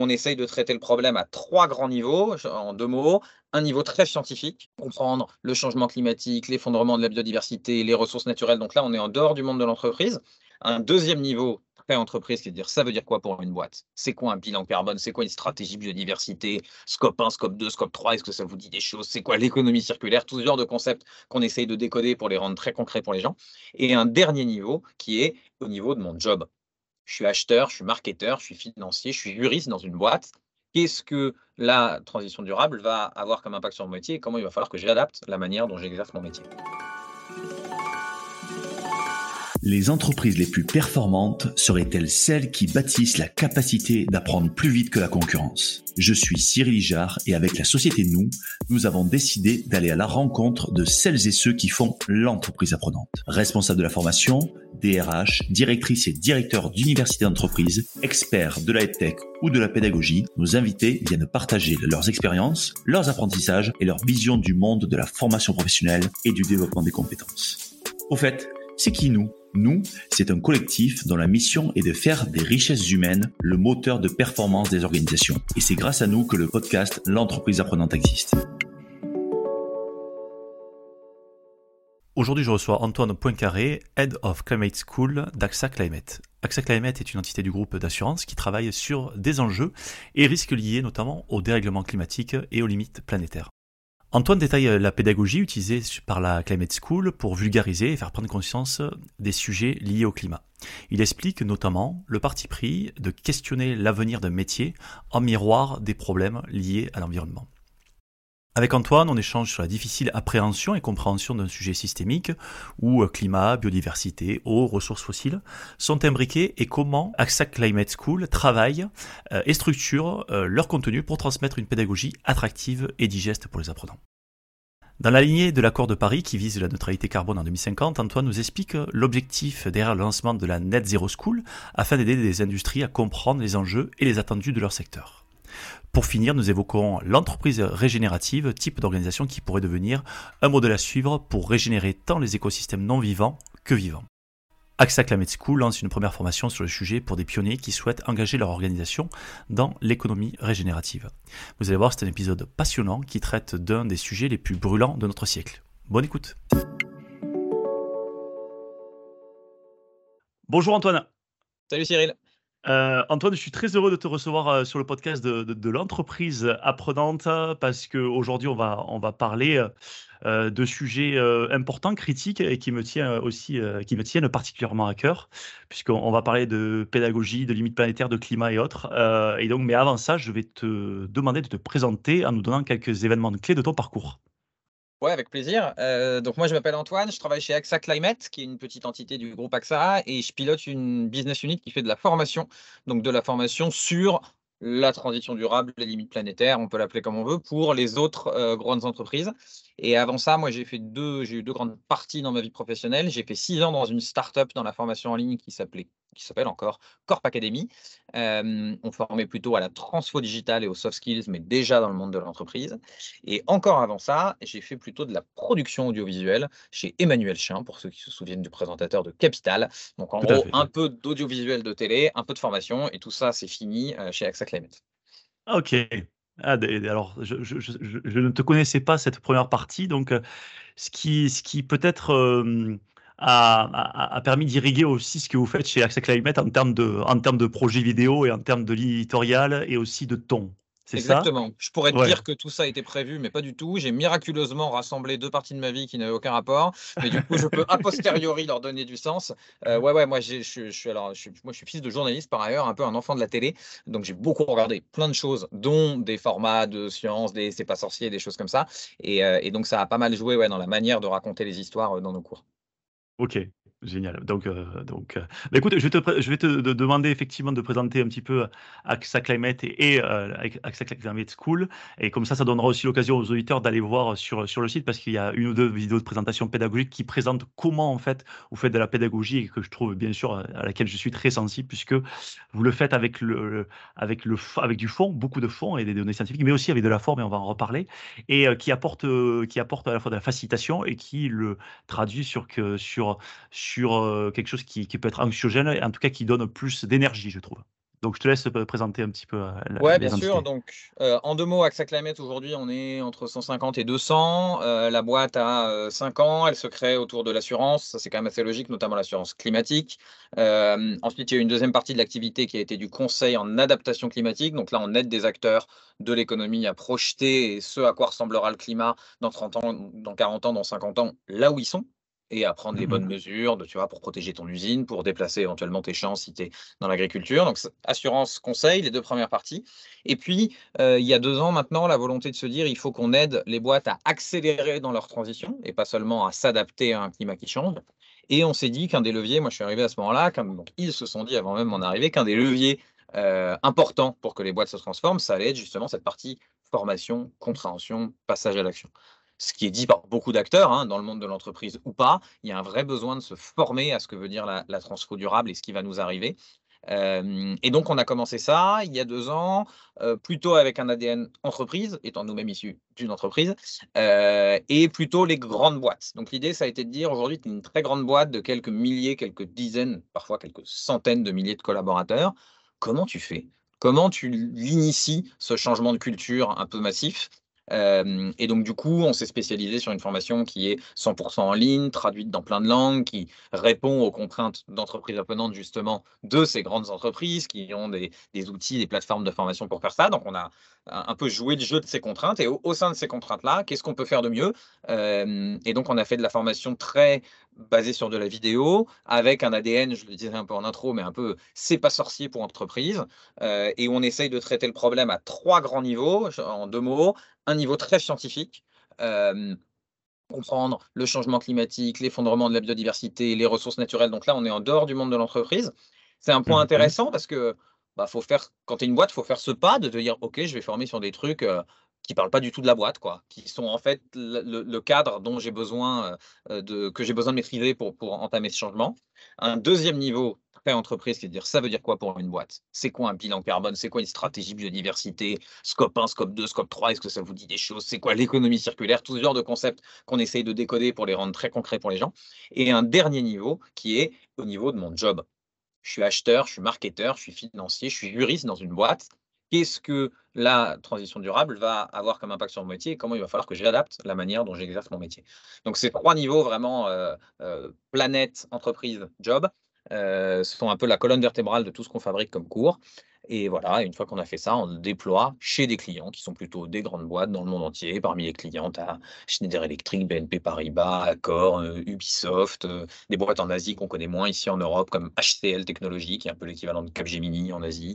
On essaye de traiter le problème à 3 grands niveaux, en 2 mots. Un niveau très scientifique, comprendre le changement climatique, l'effondrement de la biodiversité, les ressources naturelles, donc là, on est en dehors du monde de l'entreprise. Un deuxième niveau, très entreprise, qui est de dire: «Ça veut dire quoi pour une boîte? C'est quoi un bilan carbone? C'est quoi une stratégie biodiversité? Scope 1, scope 2, scope 3, est-ce que ça vous dit des choses? C'est quoi l'économie circulaire?» Tout ce genre de concepts qu'on essaye de décoder pour les rendre très concrets pour les gens. Et un dernier niveau qui est au niveau de mon job. Je suis acheteur, je suis marketeur, je suis financier, je suis juriste dans une boîte. Qu'est-ce que la transition durable va avoir comme impact sur mon métier et comment il va falloir que j'adapte la manière dont j'exerce mon métier? Les entreprises les plus performantes seraient-elles celles qui bâtissent la capacité d'apprendre plus vite que la concurrence? Je suis Cyril Ijard et avec la société nous avons décidé d'aller à la rencontre de celles et ceux qui font l'entreprise apprenante. Responsables de la formation, DRH, directrices et directeurs d'universités d'entreprise, experts de la tech ou de la pédagogie, nos invités viennent partager leurs expériences, leurs apprentissages et leur vision du monde de la formation professionnelle et du développement des compétences. Au fait, c'est qui nous? Nous, c'est un collectif dont la mission est de faire des richesses humaines le moteur de performance des organisations. Et c'est grâce à nous que le podcast L'entreprise apprenante existe. Aujourd'hui, je reçois Antoine Poincaré, Head of Climate School d'AXA Climate. AXA Climate est une entité du groupe d'assurance qui travaille sur des enjeux et risques liés notamment au dérèglement climatique et aux limites planétaires. Antoine détaille la pédagogie utilisée par la Climate School pour vulgariser et faire prendre conscience des sujets liés au climat. Il explique notamment le parti pris de questionner l'avenir d'un métier en miroir des problèmes liés à l'environnement. Avec Antoine, on échange sur la difficile appréhension et compréhension d'un sujet systémique où climat, biodiversité, eau, ressources fossiles sont imbriqués et comment AXA Climate School travaille et structure leur contenu pour transmettre une pédagogie attractive et digeste pour les apprenants. Dans la lignée de l'accord de Paris qui vise la neutralité carbone en 2050, Antoine nous explique l'objectif derrière le lancement de la Net Zero School afin d'aider les industries à comprendre les enjeux et les attendus de leur secteur. Pour finir, nous évoquons l'entreprise régénérative, type d'organisation qui pourrait devenir un modèle à suivre pour régénérer tant les écosystèmes non vivants que vivants. AXA Climate School lance une première formation sur le sujet pour des pionniers qui souhaitent engager leur organisation dans l'économie régénérative. Vous allez voir, c'est un épisode passionnant qui traite d'un des sujets les plus brûlants de notre siècle. Bonne écoute. Bonjour Antoine. Salut Cyril. Antoine, je suis très heureux de te recevoir sur le podcast de l'entreprise apprenante parce qu'aujourd'hui, on va parler de sujets importants, critiques et qui me tiennent particulièrement à cœur, puisqu'on va parler de pédagogie, de limites planétaires, de climat et autres. Et donc, mais avant ça, je vais te demander de te présenter en nous donnant quelques événements clés de ton parcours. Ouais, avec plaisir. Donc moi, je m'appelle Antoine, je travaille chez AXA Climate, qui est une petite entité du groupe AXA et je pilote une business unit qui fait de la formation. Donc de la formation sur la transition durable, les limites planétaires, on peut l'appeler comme on veut, pour les autres, grandes entreprises. Et avant ça, moi, j'ai eu 2 grandes parties dans ma vie professionnelle. J'ai fait 6 ans dans une start-up dans la formation en ligne qui s'appelle encore Corp Academy. On formait plutôt à la transfo digitale et aux soft skills, mais déjà dans le monde de l'entreprise. Et encore avant ça, j'ai fait plutôt de la production audiovisuelle chez Emmanuel Chin, pour ceux qui se souviennent du présentateur de Capital. Donc en Tout à gros, fait, un oui. peu d'audiovisuel de télé, un peu de formation et tout ça, c'est fini, chez AXA Climate. Ah, ok. Ah, alors, je ne te connaissais pas cette première partie, donc ce qui peut-être a permis d'irriguer aussi ce que vous faites chez AXA Climate en termes de projet vidéo et en termes de l'éditorial et aussi de ton. C'est ça? Exactement. Je pourrais te Ouais. dire que tout ça a été prévu, mais pas du tout. J'ai miraculeusement rassemblé 2 parties de ma vie qui n'avaient aucun rapport, mais du coup, je peux a posteriori leur donner du sens. Ouais, moi je suis fils de journaliste par ailleurs, un peu un enfant de la télé, donc j'ai beaucoup regardé plein de choses, dont des formats de science, des C'est pas sorcier, des choses comme ça et donc ça a pas mal joué, ouais, dans la manière de raconter les histoires, dans nos cours. OK, génial. Bah, écoute, je vais te demander effectivement de présenter un petit peu AXA Climate AXA Climate School et comme ça donnera aussi l'occasion aux auditeurs d'aller voir sur le site parce qu'il y a une ou 2 vidéos de présentation pédagogique qui présentent comment, en fait, vous faites de la pédagogie et que je trouve bien sûr, à laquelle je suis très sensible puisque vous le faites avec du fond, beaucoup de fond et des données scientifiques, mais aussi avec de la forme et on va en reparler et qui apporte à la fois de la facilitation et qui le traduit sur quelque chose qui peut être anxiogène et en tout cas qui donne plus d'énergie, je trouve. Donc, je te laisse présenter un petit peu Ouais, bien les sûr. entités. Donc, en 2 mots, AXA Climate, aujourd'hui, on est entre 150 et 200. La boîte a 5 ans. Elle se crée autour de l'assurance. Ça, c'est quand même assez logique, notamment l'assurance climatique. Ensuite, il y a eu une deuxième partie de l'activité qui a été du conseil en adaptation climatique. Donc là, on aide des acteurs de l'économie à projeter ce à quoi ressemblera le climat dans 30 ans, dans 40 ans, dans 50 ans, là où ils sont, et à prendre les bonnes Mhm. mesures tu vois, pour protéger ton usine, pour déplacer éventuellement tes champs si tu es dans l'agriculture. Donc, assurance, conseil, les 2 premières parties. Et puis, il y a 2 ans maintenant, la volonté de se dire: «Il faut qu'on aide les boîtes à accélérer dans leur transition et pas seulement à s'adapter à un climat qui change». Et on s'est dit qu'un des leviers, moi je suis arrivé à ce moment-là, donc ils se sont dit avant même mon arrivée, qu'un des leviers, importants pour que les boîtes se transforment, ça allait être justement cette partie formation, compréhension, passage à l'action. Ce qui est dit par beaucoup d'acteurs, hein, dans le monde de l'entreprise ou pas, il y a un vrai besoin de se former à ce que veut dire la transfo durable et ce qui va nous arriver. Et donc on a commencé ça il y a 2 ans, plutôt avec un ADN entreprise, étant nous-mêmes issus d'une entreprise, et plutôt les grandes boîtes. Donc l'idée, ça a été de dire: «Aujourd'hui, tu es une très grande boîte de quelques milliers, quelques dizaines, parfois quelques centaines de milliers de collaborateurs. Comment tu fais? Comment tu l'inities ce changement de culture un peu massif?» Et donc du coup, on s'est spécialisé sur une formation qui est 100 en ligne, traduite dans plein de langues, qui répond aux contraintes d'entreprises apprenantes justement de ces grandes entreprises qui ont des outils, des plateformes de formation pour faire ça. Donc on a un peu joué le jeu de ces contraintes et au sein de ces contraintes-là, qu'est-ce qu'on peut faire de mieux? Et donc on a fait de la formation très basée sur de la vidéo, avec un ADN, je le disais un peu en intro, mais un peu c'est pas sorcier pour entreprise, et on essaye de traiter le problème à 3 grands niveaux, en 2 mots. Un niveau très scientifique, hem comprendre le changement climatique, l'effondrement de la biodiversité, les ressources naturelles. Donc là, on est en dehors du monde de l'entreprise. C'est un point Mhm. intéressant parce que, bah, faut faire quand tu es une boîte, faut faire ce pas de te dire: «OK, je vais former sur des trucs, qui parlent pas du tout de la boîte, quoi, qui sont en fait le cadre dont j'ai besoin, que j'ai besoin de maîtriser pour entamer ce changement». Un deuxième niveau très entreprise, qui est de dire: «Ça veut dire quoi pour une boîte? C'est quoi un bilan carbone? C'est quoi une stratégie biodiversité? Scope 1, scope 2, scope 3, est-ce que ça vous dit des choses? C'est quoi l'économie circulaire?» Tout ce genre de concepts qu'on essaye de décoder pour les rendre très concrets pour les gens. Et un dernier niveau qui est au niveau de mon job. Je suis acheteur, je suis marketeur, je suis financier, je suis juriste dans une boîte. Qu'est-ce que la transition durable va avoir comme impact sur mon métier et comment il va falloir que j'adapte la manière dont j'exerce mon métier. Donc ces 3 niveaux vraiment, planète, entreprise, job, sont un peu la colonne vertébrale de tout ce qu'on fabrique comme cours. Et voilà, et une fois qu'on a fait ça, on le déploie chez des clients qui sont plutôt des grandes boîtes dans le monde entier. Parmi les clients, tu as Schneider Electric, BNP Paribas, Accor, Ubisoft, des boîtes en Asie qu'on connaît moins ici en Europe, comme HCL Technologies, qui est un peu l'équivalent de Capgemini en Asie,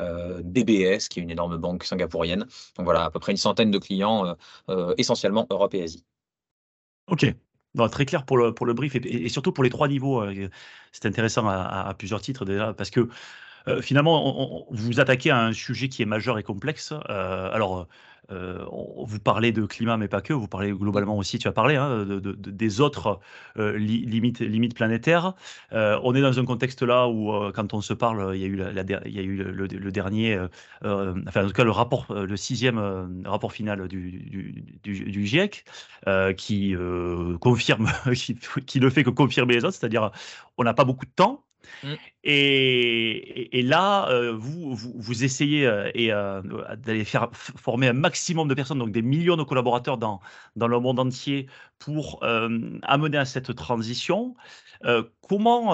DBS, qui est une énorme banque singapourienne. Donc voilà, à peu près une centaine de clients, essentiellement Europe et Asie. Ok. Non, très clair pour le brief et surtout pour les trois niveaux. C'est intéressant à plusieurs titres déjà parce que finalement, vous vous attaquez à un sujet qui est majeur et complexe. Alors, vous parlez de climat, mais pas que. Vous parlez Mmh. globalement aussi, tu as parlé hein, des autres limites planétaires. On est dans un contexte là où, quand on se parle, il y a eu, il y a eu le dernier, enfin, en tout cas, le rapport, le sixième rapport final du GIEC, qui confirme, qui ne fait que confirmer les autres, c'est-à-dire, on n'a pas beaucoup de temps. Mmh. Et là, vous essayez d'aller faire former un maximum de personnes, donc des millions de collaborateurs dans le monde entier pour amener à cette transition. Comment,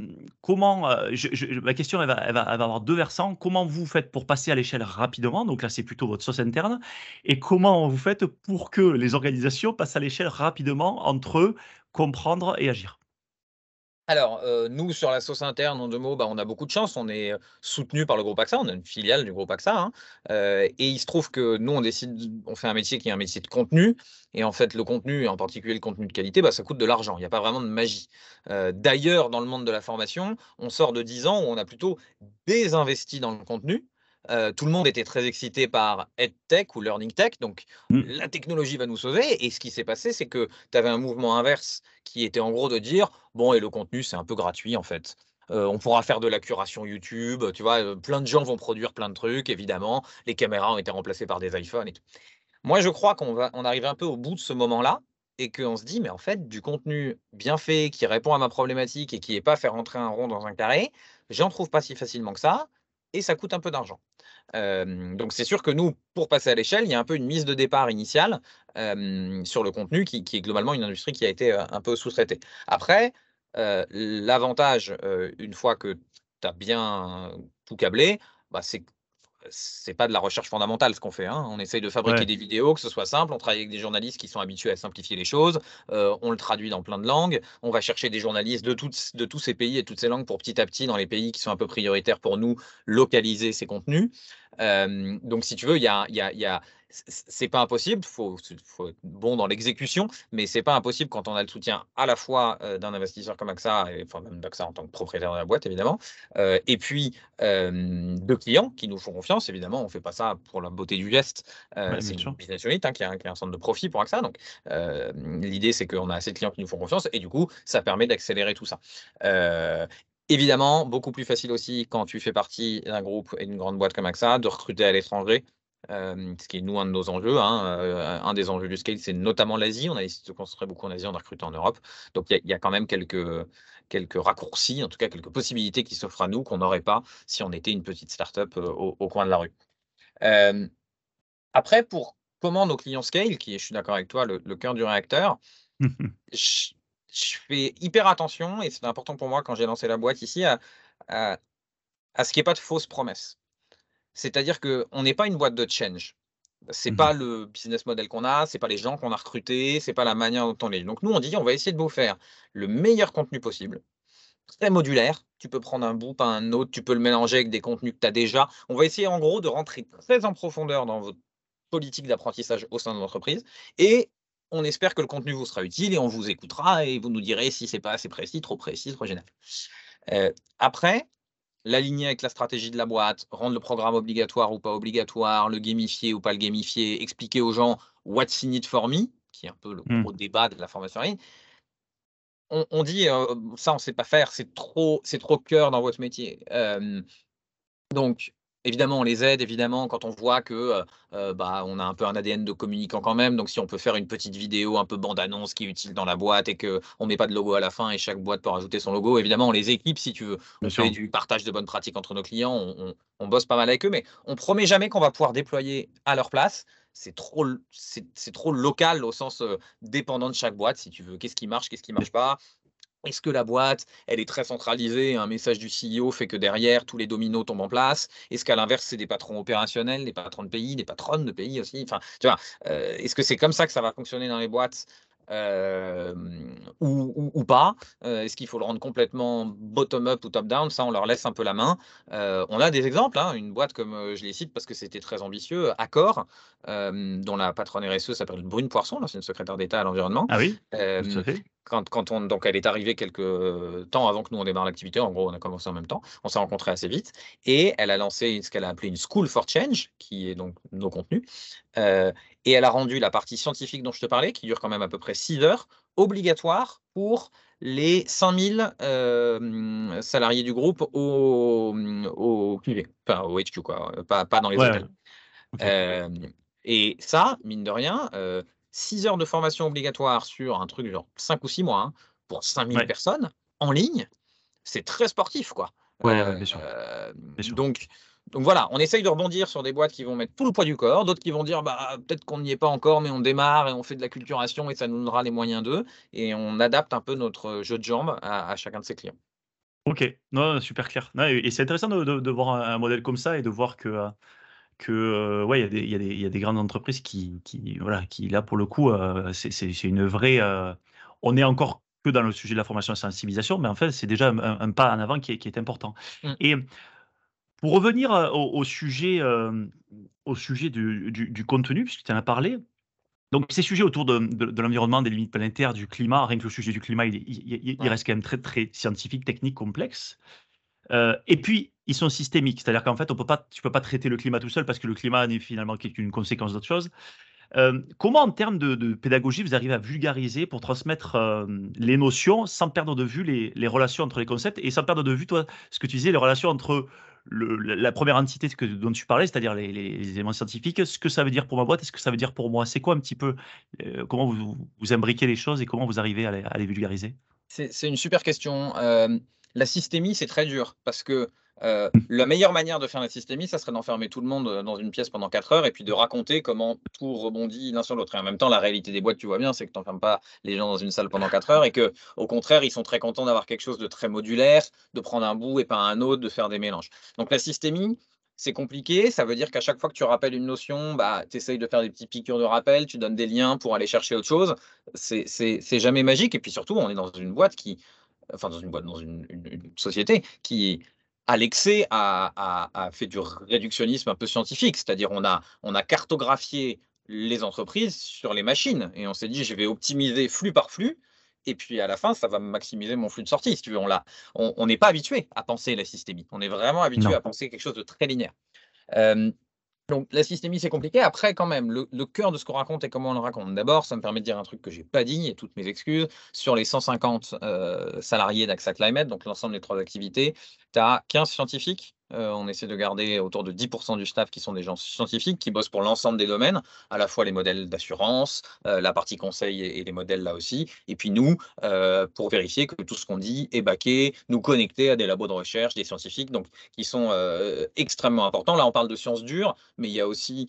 ma question, elle va avoir deux versants. Comment vous faites pour passer à l'échelle rapidement? Donc là, c'est plutôt votre sauce interne. Et comment vous faites pour que les organisations passent à l'échelle rapidement entre eux, comprendre et agir? Alors, nous, sur la sauce interne, en 2 mots, bah, on a beaucoup de chance. On est, soutenu par le groupe AXA. On a une filiale du groupe AXA, hein, et il se trouve que nous, on fait un métier qui est un métier de contenu et en fait, le contenu et en particulier le contenu de qualité, bah, ça coûte de l'argent. Il n'y a pas vraiment de magie. D'ailleurs, dans le monde de la formation, on sort de 10 ans où on a plutôt désinvesti dans le contenu. Tout le monde était très excité par EdTech ou Learning Tech, donc Mm. la technologie va nous sauver et ce qui s'est passé, c'est que tu avais un mouvement inverse qui était en gros de dire: «Bon et le contenu, c'est un peu gratuit en fait. On pourra faire de la curation YouTube», tu vois? Plein de gens vont produire plein de trucs évidemment. Les caméras ont été remplacées par des iPhones et tout. Moi, je crois on arrive un peu au bout de ce moment-là et qu'on se dit: «Mais en fait, du contenu bien fait, qui répond à ma problématique et qui est pas faire rentrer un rond dans un carré, j'en trouve pas si facilement que ça. et ça coûte un peu d'argent. Donc c'est sûr que nous, pour passer à l'échelle, il y a un peu une mise de départ initiale sur le contenu qui est globalement une industrie qui a été un peu sous-traitée. Après, l'avantage, une fois que tu as bien tout câblé, bah, c'est pas de la recherche fondamentale ce qu'on fait, hein. On essaye de fabriquer Ouais. des vidéos, que ce soit simple. On travaille avec des journalistes qui sont habitués à simplifier les choses. On le traduit dans plein de langues. On va chercher des journalistes de tous ces pays et toutes ces langues pour petit à petit, dans les pays qui sont un peu prioritaires pour nous, localiser ces contenus. Donc si tu veux, c'est pas impossible. Faut être bon dans l'exécution, mais c'est pas impossible quand on a le soutien à la fois d'un investisseur comme AXA, et enfin même d'AXA en tant que propriétaire de la boîte évidemment, et puis de clients qui nous font confiance. Évidemment, on ne fait pas ça pour la beauté du geste. Ouais, C'est bien une sûr. business unit qui a un centre de profit pour AXA. Donc, l'idée, c'est qu'on a assez de clients qui nous font confiance et du coup, ça permet d'accélérer tout ça. Évidemment, beaucoup plus facile aussi quand tu fais partie d'un groupe et d'une grande boîte comme AXA de recruter à l'étranger. Ce qui est nous un de nos enjeux, hein. Un des enjeux du scale, c'est notamment l'Asie. On a essayé de se concentrer beaucoup en Asie, on a recruté en Europe. Donc il y a quand même quelques raccourcis, en tout cas quelques possibilités qui s'offrent à nous qu'on n'aurait pas si on était une petite start-up au coin de la rue. Euh, Après, pour comment nos clients scale, qui est, je suis d'accord avec toi, le cœur du réacteur, je, je fais hyper attention, et c'est important pour moi quand j'ai lancé la boîte ici, à, à ce qu'il n'y ait pas de fausses promesses. C'est-à-dire qu'on n'est pas une boîte de change. C'est pas le business model qu'on a, c'est pas les gens qu'on a recrutés, c'est pas la manière dont on les. Donc nous, on dit, on va essayer de vous faire le meilleur contenu possible, très modulaire. Tu peux prendre un bout, pas un autre, tu peux le mélanger avec des contenus que tu as déjà. On va essayer en gros de rentrer très en profondeur dans votre politique d'apprentissage au sein de l'entreprise, et on espère que le contenu vous sera utile et on vous écoutera et vous nous direz si c'est pas assez précis, trop général. Après, l'aligner avec la stratégie de la boîte, rendre le programme obligatoire ou pas obligatoire, le gamifier ou pas le gamifier, expliquer aux gens what's in it for me, qui est un peu le Mmh. gros débat de la formation en ligne. On dit ça, on ne sait pas faire, c'est trop cœur dans votre métier. Donc, évidemment, on les aide, évidemment, quand on voit que bah, on a un peu un ADN de communicant quand même. Donc, si on peut faire une petite vidéo, un peu bande-annonce qui est utile dans la boîte et qu'on ne met pas de logo à la fin et chaque boîte peut rajouter son logo, évidemment, on les équipe si tu veux. Bien On fait sûr. du partage de bonnes pratiques entre nos clients, on bosse pas mal avec eux, mais on promet jamais qu'on va pouvoir déployer à leur place. C'est trop local au sens dépendant de chaque boîte, si tu veux. Qu'est-ce qui marche, qu'est-ce qui marche pas? Est-ce que la boîte, elle est très centralisée, un message du CEO fait que derrière, tous les dominos tombent en place? Est-ce qu'à l'inverse, c'est des patrons opérationnels, des patrons de pays, des patronnes de pays aussi? Enfin, tu vois, est-ce que c'est comme ça que ça va fonctionner dans les boîtes ou pas? Est-ce qu'il faut le rendre complètement bottom-up ou top-down? Ça, on leur laisse un peu la main. On a des exemples, hein, une boîte comme, je les cite parce que c'était très ambitieux, Accor, dont la patronne RSE s'appelle Brune Poisson, l'ancienne secrétaire d'État à l'environnement. Ah oui? Tout Euh, à fait. donc elle est arrivée quelques temps avant que nous on démarre l'activité. En gros, on a commencé en même temps. On s'est rencontrés assez vite et elle a lancé ce qu'elle a appelé une School for Change, qui est donc nos contenus. Et elle a rendu la partie scientifique dont je te parlais, qui dure quand même à peu près 6 heures, obligatoire pour les 5000 salariés du groupe au privé, enfin au HQ, quoi, pas dans les Ouais, ouais. hôtels. OK. Euh, et ça, mine de rien, 6 heures de formation obligatoire sur un truc genre 5 ou 6 mois, hein, pour 5000 Ouais. personnes en ligne, c'est très sportif, quoi. Ouais, ouais, bien sûr. Bien sûr. Donc voilà, on essaye de rebondir sur des boîtes qui vont mettre tout le poids du corps, d'autres qui vont dire bah, peut-être qu'on n'y est pas encore, mais on démarre et on fait de la culturation et ça nous donnera les moyens d'eux. Et on adapte un peu notre jeu de jambes à chacun de ses clients. OK. Non, super clair. Non et c'est intéressant de voir un modèle comme ça et de voir ouais, il y a des grandes entreprises qui voilà, qui là, pour le coup, c'est une vraie, on est encore que dans le sujet de la formation et sensibilisation, mais en fait, c'est déjà un pas en avant qui est important Mm. et pour revenir, au sujet du contenu, puisque tu en as parlé, donc ces sujets autour de l'environnement, des limites planétaires, du climat, rien que le sujet du climat, il Ouais. reste quand même très, très scientifique, technique, complexe. Et puis, ils sont systémiques, c'est-à-dire qu'en fait, tu peux pas traiter le climat tout seul parce que le climat n'est finalement qu'une conséquence d'autre chose. Comment, en termes de pédagogie, vous arrivez à vulgariser pour transmettre les notions sans perdre de vue les relations entre les concepts et sans perdre de vue, toi, ce que tu disais, les relations entre la première entité dont tu parlais, c'est-à-dire les éléments scientifiques, ce que ça veut dire pour ma boîte et ce que ça veut dire pour moi. C'est quoi un petit peu, comment vous imbriquez les choses et comment vous arrivez à les vulgariser? C'est une super question. La systémie, c'est très dur parce que La meilleure manière de faire la systémie, ça serait d'enfermer tout le monde dans une pièce pendant 4 heures et puis de raconter comment tout rebondit l'un sur l'autre. Et en même temps, la réalité des boîtes, tu vois bien, c'est que tu n'enfermes pas les gens dans une salle pendant 4 heures et que, au contraire, ils sont très contents d'avoir quelque chose de très modulaire, de prendre un bout et pas un autre, de faire des mélanges. Donc la systémie, c'est compliqué. Ça veut dire qu'à chaque fois que tu rappelles une notion, bah, tu essayes de faire des petites piqûres de rappel, tu donnes des liens pour aller chercher autre chose. C'est jamais magique. Et puis surtout, on est dans une boîte dans une société qui, à l'excès, a fait du réductionnisme un peu scientifique. C'est-à-dire, on a cartographié les entreprises sur les machines et on s'est dit, je vais optimiser flux par flux. Et puis à la fin, ça va maximiser mon flux de sortie. Si tu veux, on n'est pas habitué à penser la systémie. On est vraiment habitué Non. à penser quelque chose de très linéaire. Euh, donc la systémie, c'est compliqué. Après, quand même, le cœur de ce qu'on raconte et comment on le raconte. D'abord, ça me permet de dire un truc que j'ai pas dit, et toutes mes excuses. Sur les 150 salariés d'AXA Climate, donc l'ensemble des 3 activités, tu as 15 scientifiques. On essaie de garder autour de 10% du staff qui sont des gens scientifiques, qui bossent pour l'ensemble des domaines, à la fois les modèles d'assurance, la partie conseil et les modèles là aussi. Et puis nous, pour vérifier que tout ce qu'on dit est baqué, nous connecter à des labos de recherche, des scientifiques, donc qui sont extrêmement importants. Là, on parle de sciences dures, mais il y a aussi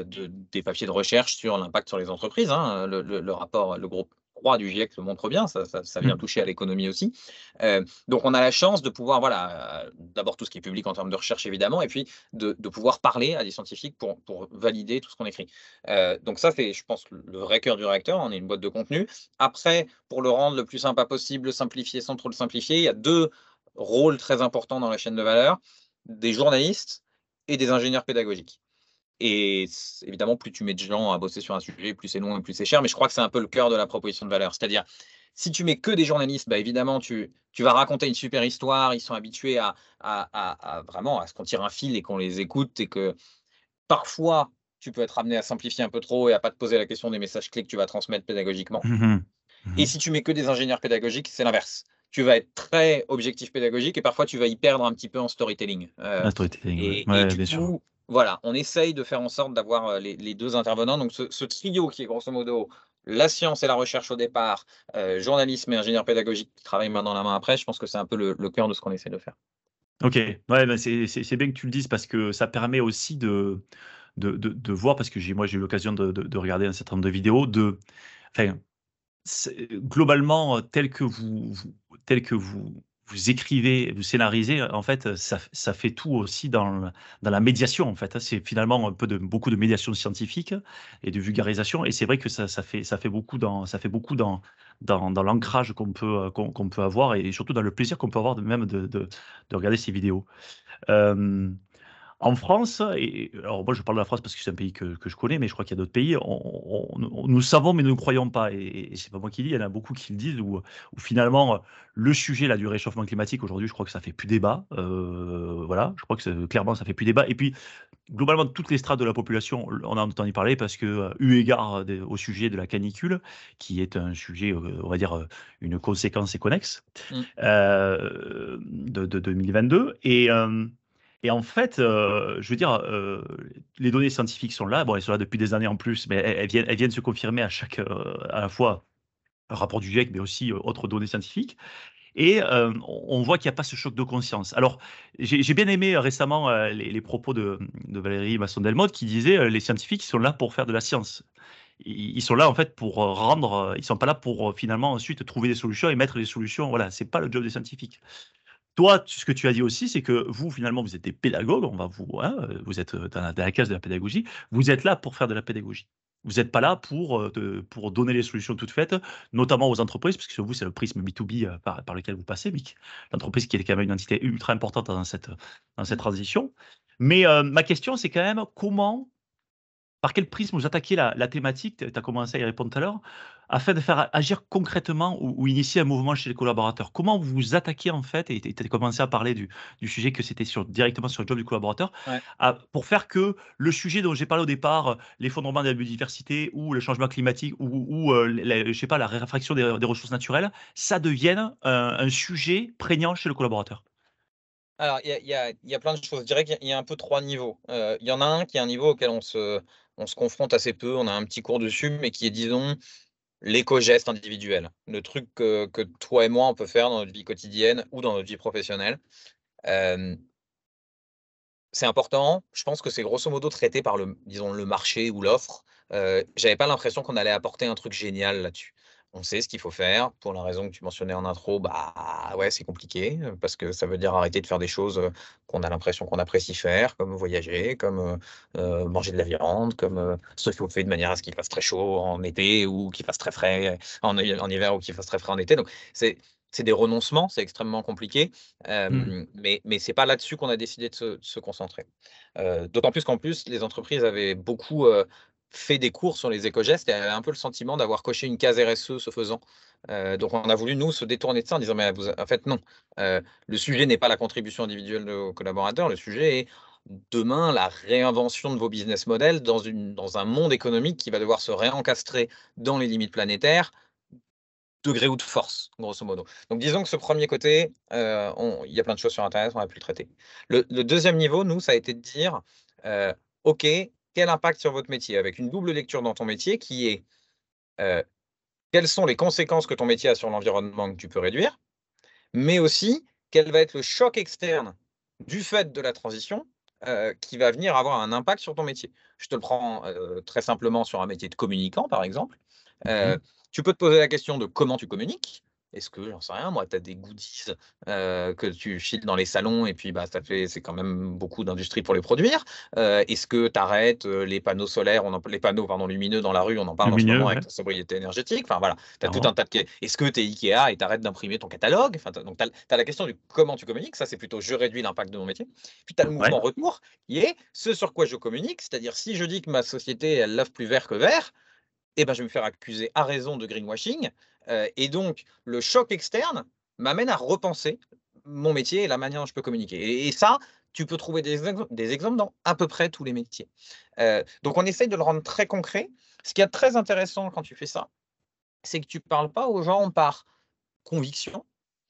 des papiers de recherche sur l'impact sur les entreprises. Hein. Le rapport, le groupe 3 du GIEC le montre bien, ça vient toucher à l'économie aussi. Donc on a la chance de pouvoir, d'abord tout ce qui est public en termes de recherche évidemment, et puis de pouvoir parler à des scientifiques pour valider tout ce qu'on écrit. Donc ça, c'est, je pense, le vrai cœur du réacteur. On est une boîte de contenu. Après, pour le rendre le plus sympa possible, le simplifier sans trop le simplifier, il y a 2 rôles très importants dans la chaîne de valeur, des journalistes et des ingénieurs pédagogiques. Et évidemment, plus tu mets de gens à bosser sur un sujet, plus c'est long et plus c'est cher. Mais je crois que c'est un peu le cœur de la proposition de valeur. C'est-à-dire, si tu mets que des journalistes, bah évidemment, tu vas raconter une super histoire. Ils sont habitués vraiment à ce qu'on tire un fil et qu'on les écoute. Et que parfois, tu peux être amené à simplifier un peu trop et à pas te poser la question des messages clés que tu vas transmettre pédagogiquement. Et si tu mets que des ingénieurs pédagogiques, c'est l'inverse. Tu vas être très objectif pédagogique et parfois tu vas y perdre un petit peu en storytelling. Storytelling, Et ouais, du bien sûr. coup, voilà, on essaye de faire en sorte d'avoir les 2 intervenants. Donc ce trio qui est grosso modo la science et la recherche au départ, journalisme et ingénieur pédagogique qui travaillent main dans la main après, je pense que c'est un peu le cœur de ce qu'on essaie de faire. Ok, ouais, bah, c'est bien que tu le dises parce que ça permet aussi de voir, parce que moi j'ai eu l'occasion de regarder un certain nombre de vidéos, enfin, globalement, tel que vous écrivez, vous scénarisez, en fait, ça fait tout aussi dans la médiation, en fait. Hein. C'est finalement beaucoup de médiation scientifique et de vulgarisation. Et c'est vrai que ça fait beaucoup dans l'ancrage qu'on peut avoir et surtout dans le plaisir qu'on peut avoir même de regarder ces vidéos. Euh, En France, et alors moi je parle de la France parce que c'est un pays que je connais, mais je crois qu'il y a d'autres pays, nous savons mais nous ne croyons pas. Et c'est pas moi qui le dis, il y en a beaucoup qui le disent, où finalement le sujet là, du réchauffement climatique, aujourd'hui, je crois que ça fait plus débat. Voilà, je crois que clairement ça fait plus débat. Et puis, globalement, toutes les strates de la population, on en a entendu parler parce que, eu égard au sujet de la canicule, qui est un sujet, on va dire, une conséquence et connexe Mmh. de 2022. Et en fait, je veux dire, les données scientifiques sont là. Bon, elles sont là depuis des années en plus, mais elles viennent se confirmer à la fois un rapport du GIEC, mais aussi autres données scientifiques. Et on voit qu'il n'y a pas ce choc de conscience. Alors, j'ai bien aimé récemment les propos de Valérie Masson-Delmotte qui disait les scientifiques, ils sont là pour faire de la science. Ils sont là en fait pour rendre. Ils sont pas là pour finalement ensuite trouver des solutions et mettre les solutions. Voilà, c'est pas le job des scientifiques. Toi, ce que tu as dit aussi, c'est que vous, finalement, vous êtes des pédagogues, vous êtes dans la case de la pédagogie, vous êtes là pour faire de la pédagogie. Vous n'êtes pas là pour donner les solutions toutes faites, notamment aux entreprises, parce que vous, c'est le prisme B2B par lequel vous passez, Mick. L'entreprise qui est quand même une entité ultra importante dans cette transition. Mais ma question, c'est quand même par quel prisme vous attaquez la thématique, tu as commencé à y répondre tout à l'heure, afin de faire agir concrètement ou initier un mouvement chez les collaborateurs? Comment vous vous attaquez en fait, et tu as commencé à parler du sujet que c'était directement sur le job du collaborateur, Ouais. pour faire que le sujet dont j'ai parlé au départ, l'effondrement de la biodiversité ou le changement climatique ou je sais pas, la raréfaction des ressources naturelles, ça devienne un sujet prégnant chez le collaborateur? Alors, il y a plein de choses. Je dirais qu'il y a un peu 3 niveaux. Il y en a un qui est un niveau auquel on se confronte assez peu. On a un petit cours dessus, mais qui est, disons, l'éco-geste individuel. Le truc que toi et moi, on peut faire dans notre vie quotidienne ou dans notre vie professionnelle. C'est important. Je pense que c'est grosso modo traité par disons, le marché ou l'offre. J'avais pas l'impression qu'on allait apporter un truc génial là-dessus. On sait ce qu'il faut faire. Pour la raison que tu mentionnais en intro, bah, ouais, c'est compliqué, parce que ça veut dire arrêter de faire des choses, qu'on a l'impression qu'on apprécie faire, comme voyager, comme, manger de la viande, comme, se chauffer de manière à ce qu'il fasse très chaud en été ou qu'il fasse très frais en hiver ou qu'il fasse très frais en été. Donc c'est des renoncements, c'est extrêmement compliqué. Hmm. Mais c'est pas là-dessus qu'on a décidé de se concentrer. D'autant plus qu'en plus, les entreprises avaient beaucoup, fait des cours sur les éco-gestes et avaient un peu le sentiment d'avoir coché une case RSE ce faisant. Donc on a voulu nous se détourner de ça en disant: «Mais vous en fait non, le sujet n'est pas la contribution individuelle de vos collaborateurs, le sujet est demain la réinvention de vos business models dans un monde économique qui va devoir se réencastrer dans les limites planétaires, de gré ou de force, grosso modo». Donc disons que ce premier côté, il y a plein de choses sur internet, on a pu le traiter. Le 2e niveau, nous, ça a été de dire, heu: «OK, quel impact sur votre métier?» avec une double lecture dans ton métier qui est, heu, quelles sont les conséquences que ton métier a sur l'environnement que tu peux réduire? Mais aussi, quel va être le choc externe du fait de la transition, qui va venir avoir un impact sur ton métier? Je te le prends, très simplement sur un métier de communicant, par exemple. Heu, Mhm. Tu peux te poser la question de comment tu communiques. Est-ce que, j'en sais rien moi, tu as des goodies, que tu files dans les salons et puis, bah, c'est quand même beaucoup d'industrie pour les produire? Est-ce que tu arrêtes, les panneaux solaires, les panneaux, pardon, lumineux dans la rue? On en parle en ce Lumineux, moment ouais, avec la sobriété énergétique. Enfin voilà, tu as tout un clairement. tas de est-ce que tu es IKEA et tu arrêtes d'imprimer ton catalogue? Enfin, donc tu as la question du comment tu communiques, ça c'est plutôt je réduis l'impact de mon métier. Puis tu as le Ouais. mouvement retour qui est ce sur quoi je communique, c'est-à-dire si je dis que ma société elle lave plus vert que vert, eh ben, je vais me faire accuser à raison de greenwashing, et donc le choc externe m'amène à repenser mon métier et la manière dont je peux communiquer et ça, tu peux trouver des exemples dans à peu près tous les métiers. Donc on essaye de le rendre très concret. Ce qui est très intéressant quand tu fais ça, c'est que tu parles pas aux gens par conviction,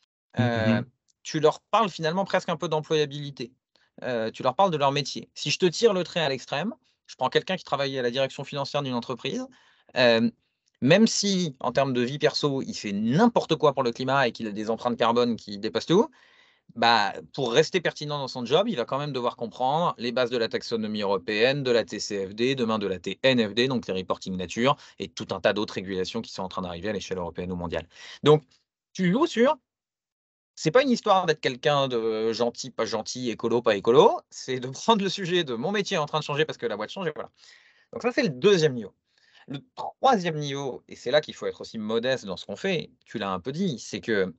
heu, Mhm. tu leur parles finalement presque un peu d'employabilité. Tu leur parles de leur métier. Si je te tire le trait à l'extrême, je prends quelqu'un qui travaille à la direction financière d'une entreprise, hem, même si en termes de vie perso, il fait n'importe quoi pour le climat et qu'il a des empreintes carbone qui dépassent tout, bah, pour rester pertinent dans son job, il va quand même devoir comprendre les bases de la taxonomie européenne, de la TCFD, demain de la TNFD, donc les reporting nature et tout un tas d'autres régulations qui sont en train d'arriver à l'échelle européenne ou mondiale. Donc tu joues sur c'est pas une histoire d'être quelqu'un de gentil, pas gentil, écolo, pas écolo, c'est de prendre le sujet de mon métier est en train de changer parce que la boîte change et voilà. Donc ça, c'est le 2e niveau. Le 3e niveau, et c'est là qu'il faut être aussi modeste dans ce qu'on fait, tu l'as un peu dit, c'est qu'on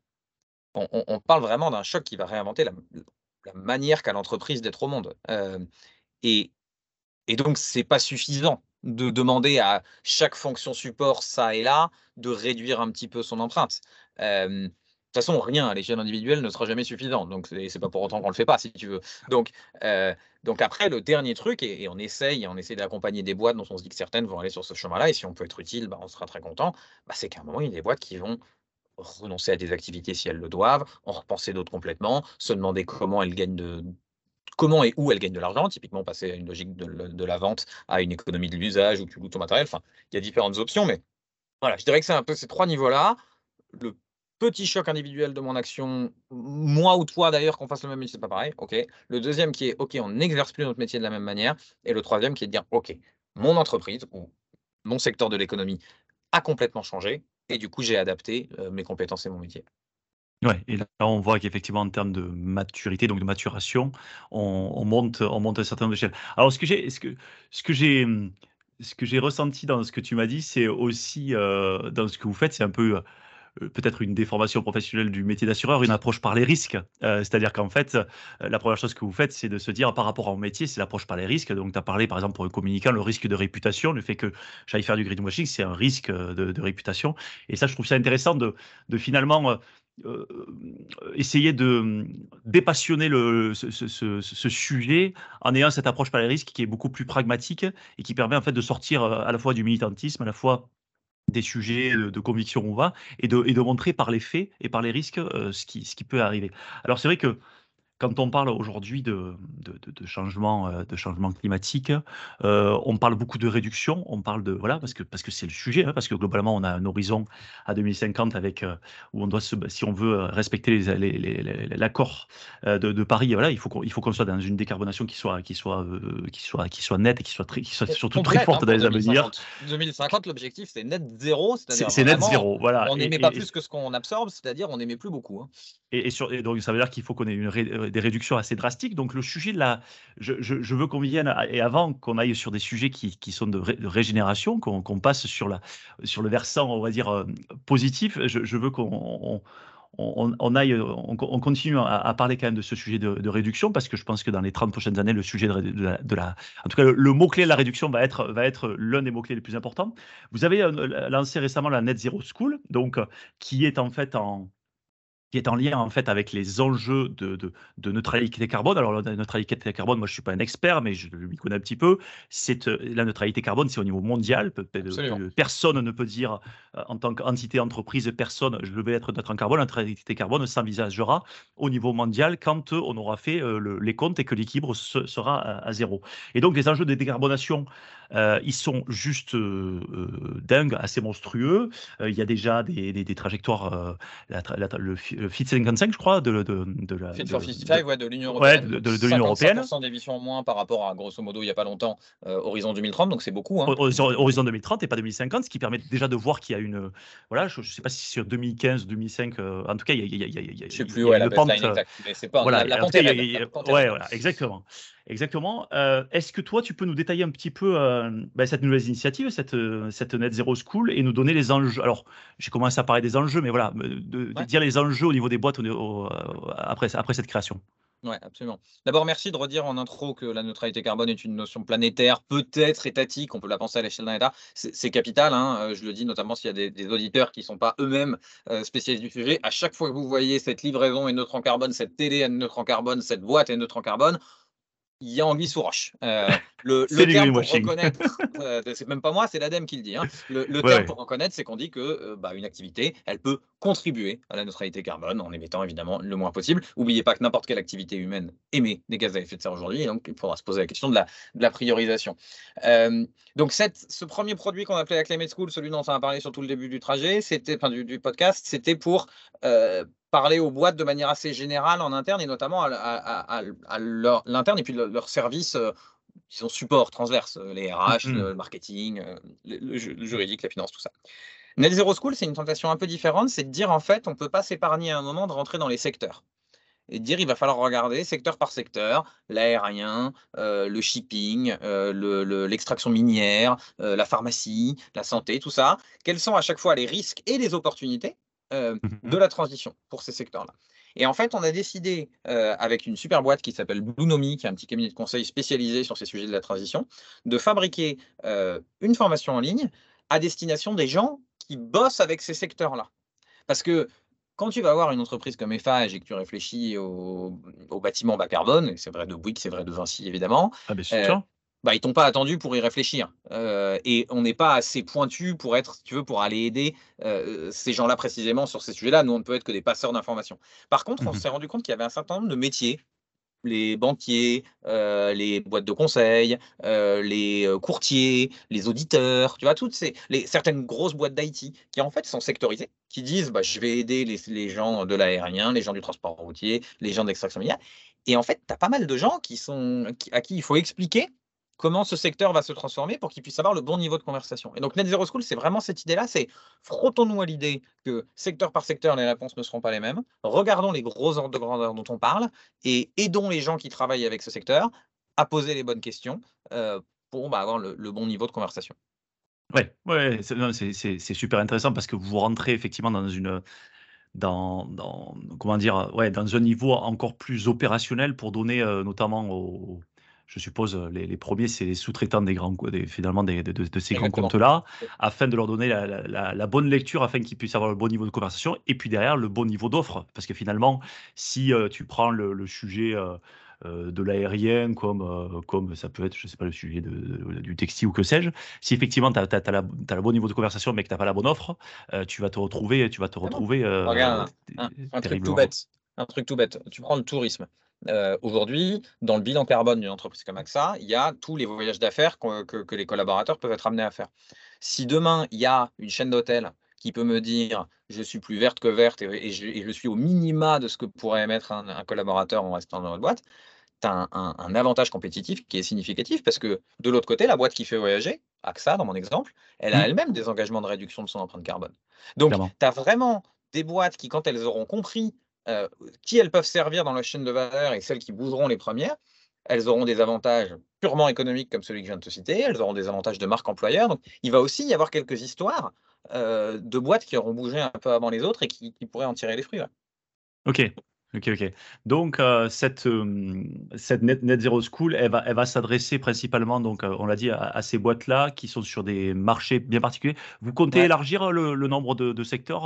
on parle vraiment d'un choc qui va réinventer la manière qu'a l'entreprise d'être au monde. Et et donc c'est pas suffisant de demander à chaque fonction support, ça et là, de réduire un petit peu son empreinte. De toute façon, rien à l'échelle individuelle ne sera jamais suffisant, donc c'est pas pour autant qu'on le fait pas, si tu veux. Donc heu, donc après le dernier truc et on essaie d'accompagner des boîtes dont on se dit que certaines vont aller sur ce chemin-là et si on peut être utile, bah, on sera très content. Bah, c'est qu'à un moment, il y a des boîtes qui vont renoncer à des activités si elles le doivent, en repenser d'autres complètement, se demander comment et où elles gagnent de l'argent, typiquement passer à une logique de la vente à une économie de l'usage où tu loues ton matériel. Enfin, il y a différentes options, mais voilà, je dirais que c'est un peu ces 3 niveaux-là. Le petit choc individuel de mon action, moi ou toi d'ailleurs, qu'on fasse le même métier, c'est pas pareil, OK. Le deuxième qui est OK, on n'exerce plus notre métier de la même manière et le troisième qui est de dire: «OK, mon entreprise ou mon secteur de l'économie a complètement changé et du coup, j'ai adapté, mes compétences et mon métier». Ouais, et là, on voit qu'effectivement, en termes de maturité, donc de maturation, on monte un certain nombre d'échelles. Alors, ce que j'ai, ce que j'ai ressenti dans ce que tu m'as dit, c'est aussi, dans ce que vous faites, c'est un peu, peut-être une déformation professionnelle du métier d'assureur, une approche par les risques. C'est-à-dire qu'en fait, la première chose que vous faites, c'est de se dire par rapport à mon métier, c'est l'approche par les risques. Donc, tu as parlé, par exemple, pour le communicant, le risque de réputation, le fait que j'aille faire du greenwashing, c'est un risque de réputation. Et ça, je trouve ça intéressant de finalement euh, essayer de dépassionner ce sujet en ayant cette approche par les risques qui est beaucoup plus pragmatique et qui permet en fait de sortir à la fois du militantisme, à la fois des sujets de conviction où on va et de montrer par les faits et par les risques ce qui peut arriver. Alors c'est vrai que quand on parle aujourd'hui de changement climatique, on parle beaucoup de réduction, on parle de voilà parce que c'est le sujet, hein, parce que globalement on a un horizon à 2050 avec où on doit si on veut respecter l'accord de Paris, voilà, il faut qu'on soit dans une décarbonation qui soit nette et qui soit surtout très Complète forte dans pour les années à venir. 2050. 2050, l'objectif, c'est net zéro, c'est-à-dire C'est net vraiment, zéro, voilà. on n'émet pas plus que ce qu'on absorbe, c'est-à-dire on n'émet plus beaucoup. Hein. Et donc, ça veut dire qu'il faut qu'on ait des réductions assez drastiques. Donc, le sujet de la. Je veux qu'on vienne, et avant qu'on aille sur des sujets qui sont de régénération, qu'on passe sur le versant, on va dire, positif, je veux on continue à parler quand même de ce sujet de réduction, parce que je pense que dans les 30 prochaines années, le sujet en tout cas, le mot-clé de la réduction va être l'un des mots-clés les plus importants. Vous avez lancé récemment la Net Zero School, donc, qui est en fait qui est en lien en fait avec les enjeux de neutralité carbone. Alors la neutralité carbone, moi je suis pas un expert, mais je m'y connais un petit peu. La neutralité carbone, c'est au niveau mondial. Absolument. Personne ne peut dire en tant qu'entité entreprise, personne, je vais être neutre en carbone. La neutralité carbone s'envisagera au niveau mondial quand on aura fait les comptes et que l'équilibre sera à zéro. Et donc les enjeux de décarbonation, ils sont juste dingues, assez monstrueux. Il y a déjà des trajectoires, le Fit 55, je crois, Fit for 55, ouais, de l'Union européenne. Ouais, de l'Union européenne. 55% d'émissions en moins par rapport à, grosso modo, il n'y a pas longtemps, horizon 2030, donc c'est beaucoup. Hein. Horizon 2030 et pas 2050, ce qui permet déjà de voir qu'il y a une. Voilà, je ne sais pas si sur 2015, 2005, en tout cas, il y a Je ne sais plus, ouais, la baseline exacte, mais c'est pas voilà, la pente est raide. Ouais, voilà, exactement. Exactement. Est-ce que toi, tu peux nous détailler un petit peu cette nouvelle initiative, cette Net Zero School, et nous donner les enjeux? Alors, j'ai commencé à parler des enjeux, mais voilà, de dire les enjeux au niveau des boîtes après cette création. Oui, absolument. D'abord, merci de redire en intro que la neutralité carbone est une notion planétaire, peut-être étatique, on peut la penser à l'échelle d'un État. C'est capital, hein, je le dis notamment s'il y a des auditeurs qui ne sont pas eux-mêmes spécialistes du sujet. À chaque fois que vous voyez cette livraison est neutre en carbone, cette télé est neutre en carbone, cette boîte est neutre en carbone, il y a anguille sous roche. Le terme pour reconnaître, c'est même pas moi, c'est l'ADEME qui le dit. Hein. Le terme pour reconnaître, c'est qu'on dit que une activité, elle peut contribuer à la neutralité carbone en émettant évidemment le moins possible. N'oubliez pas que n'importe quelle activité humaine émet des gaz à effet de serre aujourd'hui, donc il faudra se poser la question de la priorisation. Donc ce premier produit qu'on appelait la Climate School, celui dont on a parlé sur tout le début du trajet, du podcast, c'était pour parler aux boîtes de manière assez générale en interne et notamment à l'interne et puis leur service, disons, support transverse, les RH, le marketing, le juridique, la finance, tout ça. Net Zero School, c'est une tentation un peu différente, c'est de dire en fait, on ne peut pas s'épargner à un moment de rentrer dans les secteurs. Et de dire, il va falloir regarder secteur par secteur, l'aérien, le shipping, l'extraction minière, la pharmacie, la santé, tout ça. Quels sont à chaque fois les risques et les opportunités de la transition pour ces secteurs-là. Et en fait, on a décidé, avec une super boîte qui s'appelle Bluenomi, qui est un petit cabinet de conseil spécialisé sur ces sujets de la transition, de fabriquer une formation en ligne à destination des gens qui bossent avec ces secteurs-là. Parce que quand tu vas avoir une entreprise comme Eiffage et que tu réfléchis au bâtiment bas carbone, et c'est vrai de Bouygues, c'est vrai de Vinci évidemment, ils t'ont pas attendu pour y réfléchir. Et on n'est pas assez pointu pour être, si tu veux, pour aller aider ces gens-là précisément sur ces sujets-là. Nous, on ne peut être que des passeurs d'informations. Par contre, on s'est rendu compte qu'il y avait un certain nombre de métiers, les banquiers, les boîtes de conseil, les courtiers, les auditeurs, tu vois, certaines grosses boîtes d'IT qui en fait sont sectorisées, qui disent je vais aider les gens de l'aérien, les gens du transport routier, les gens d'extraction minière. Et en fait, tu as pas mal de gens à qui il faut expliquer comment ce secteur va se transformer pour qu'ils puissent avoir le bon niveau de conversation. Et donc, Net Zero School, c'est vraiment cette idée-là, c'est frottons-nous à l'idée que secteur par secteur, les réponses ne seront pas les mêmes. Regardons les gros ordres de grandeur dont on parle et aidons les gens qui travaillent avec ce secteur à poser les bonnes questions pour avoir le bon niveau de conversation. Ouais, c'est super intéressant parce que vous rentrez effectivement dans un niveau encore plus opérationnel pour donner notamment je suppose, les premiers, c'est les sous-traitants finalement de ces grands comptes-là, afin de leur donner la bonne lecture, afin qu'ils puissent avoir le bon niveau de conversation, et puis derrière, le bon niveau d'offre. Parce que finalement, si tu prends le sujet de l'aérien, comme ça peut être, je sais pas, le sujet du textile ou que sais-je, si effectivement tu as le bon niveau de conversation, mais que tu n'as pas la bonne offre, tu vas te retrouver Regarde, un truc tout bête. Tu prends le tourisme. Aujourd'hui, dans le bilan carbone d'une entreprise comme AXA, il y a tous les voyages d'affaires que les collaborateurs peuvent être amenés à faire. Si demain, il y a une chaîne d'hôtels qui peut me dire: «Je suis plus verte que verte et je suis au minima de ce que pourrait émettre un collaborateur en restant dans notre boîte», tu as un avantage compétitif qui est significatif parce que de l'autre côté, la boîte qui fait voyager, AXA dans mon exemple, elle a Mmh, elle-même des engagements de réduction de son empreinte carbone. Donc clairement. tu as vraiment des boîtes qui, quand elles auront compris, qui elles peuvent servir dans la chaîne de valeur et celles qui bougeront les premières, elles auront des avantages purement économiques comme celui que je viens de te citer, elles auront des avantages de marque employeur. Donc il va aussi y avoir quelques histoires, de boîtes qui auront bougé un peu avant les autres et qui pourraient en tirer les fruits, ouais. OK. OK, OK. Donc, cette Net Zero School, elle va s'adresser principalement donc, on l'a dit à ces boîtes-là qui sont sur des marchés bien particuliers. Vous comptez Ouais. élargir le nombre de secteurs,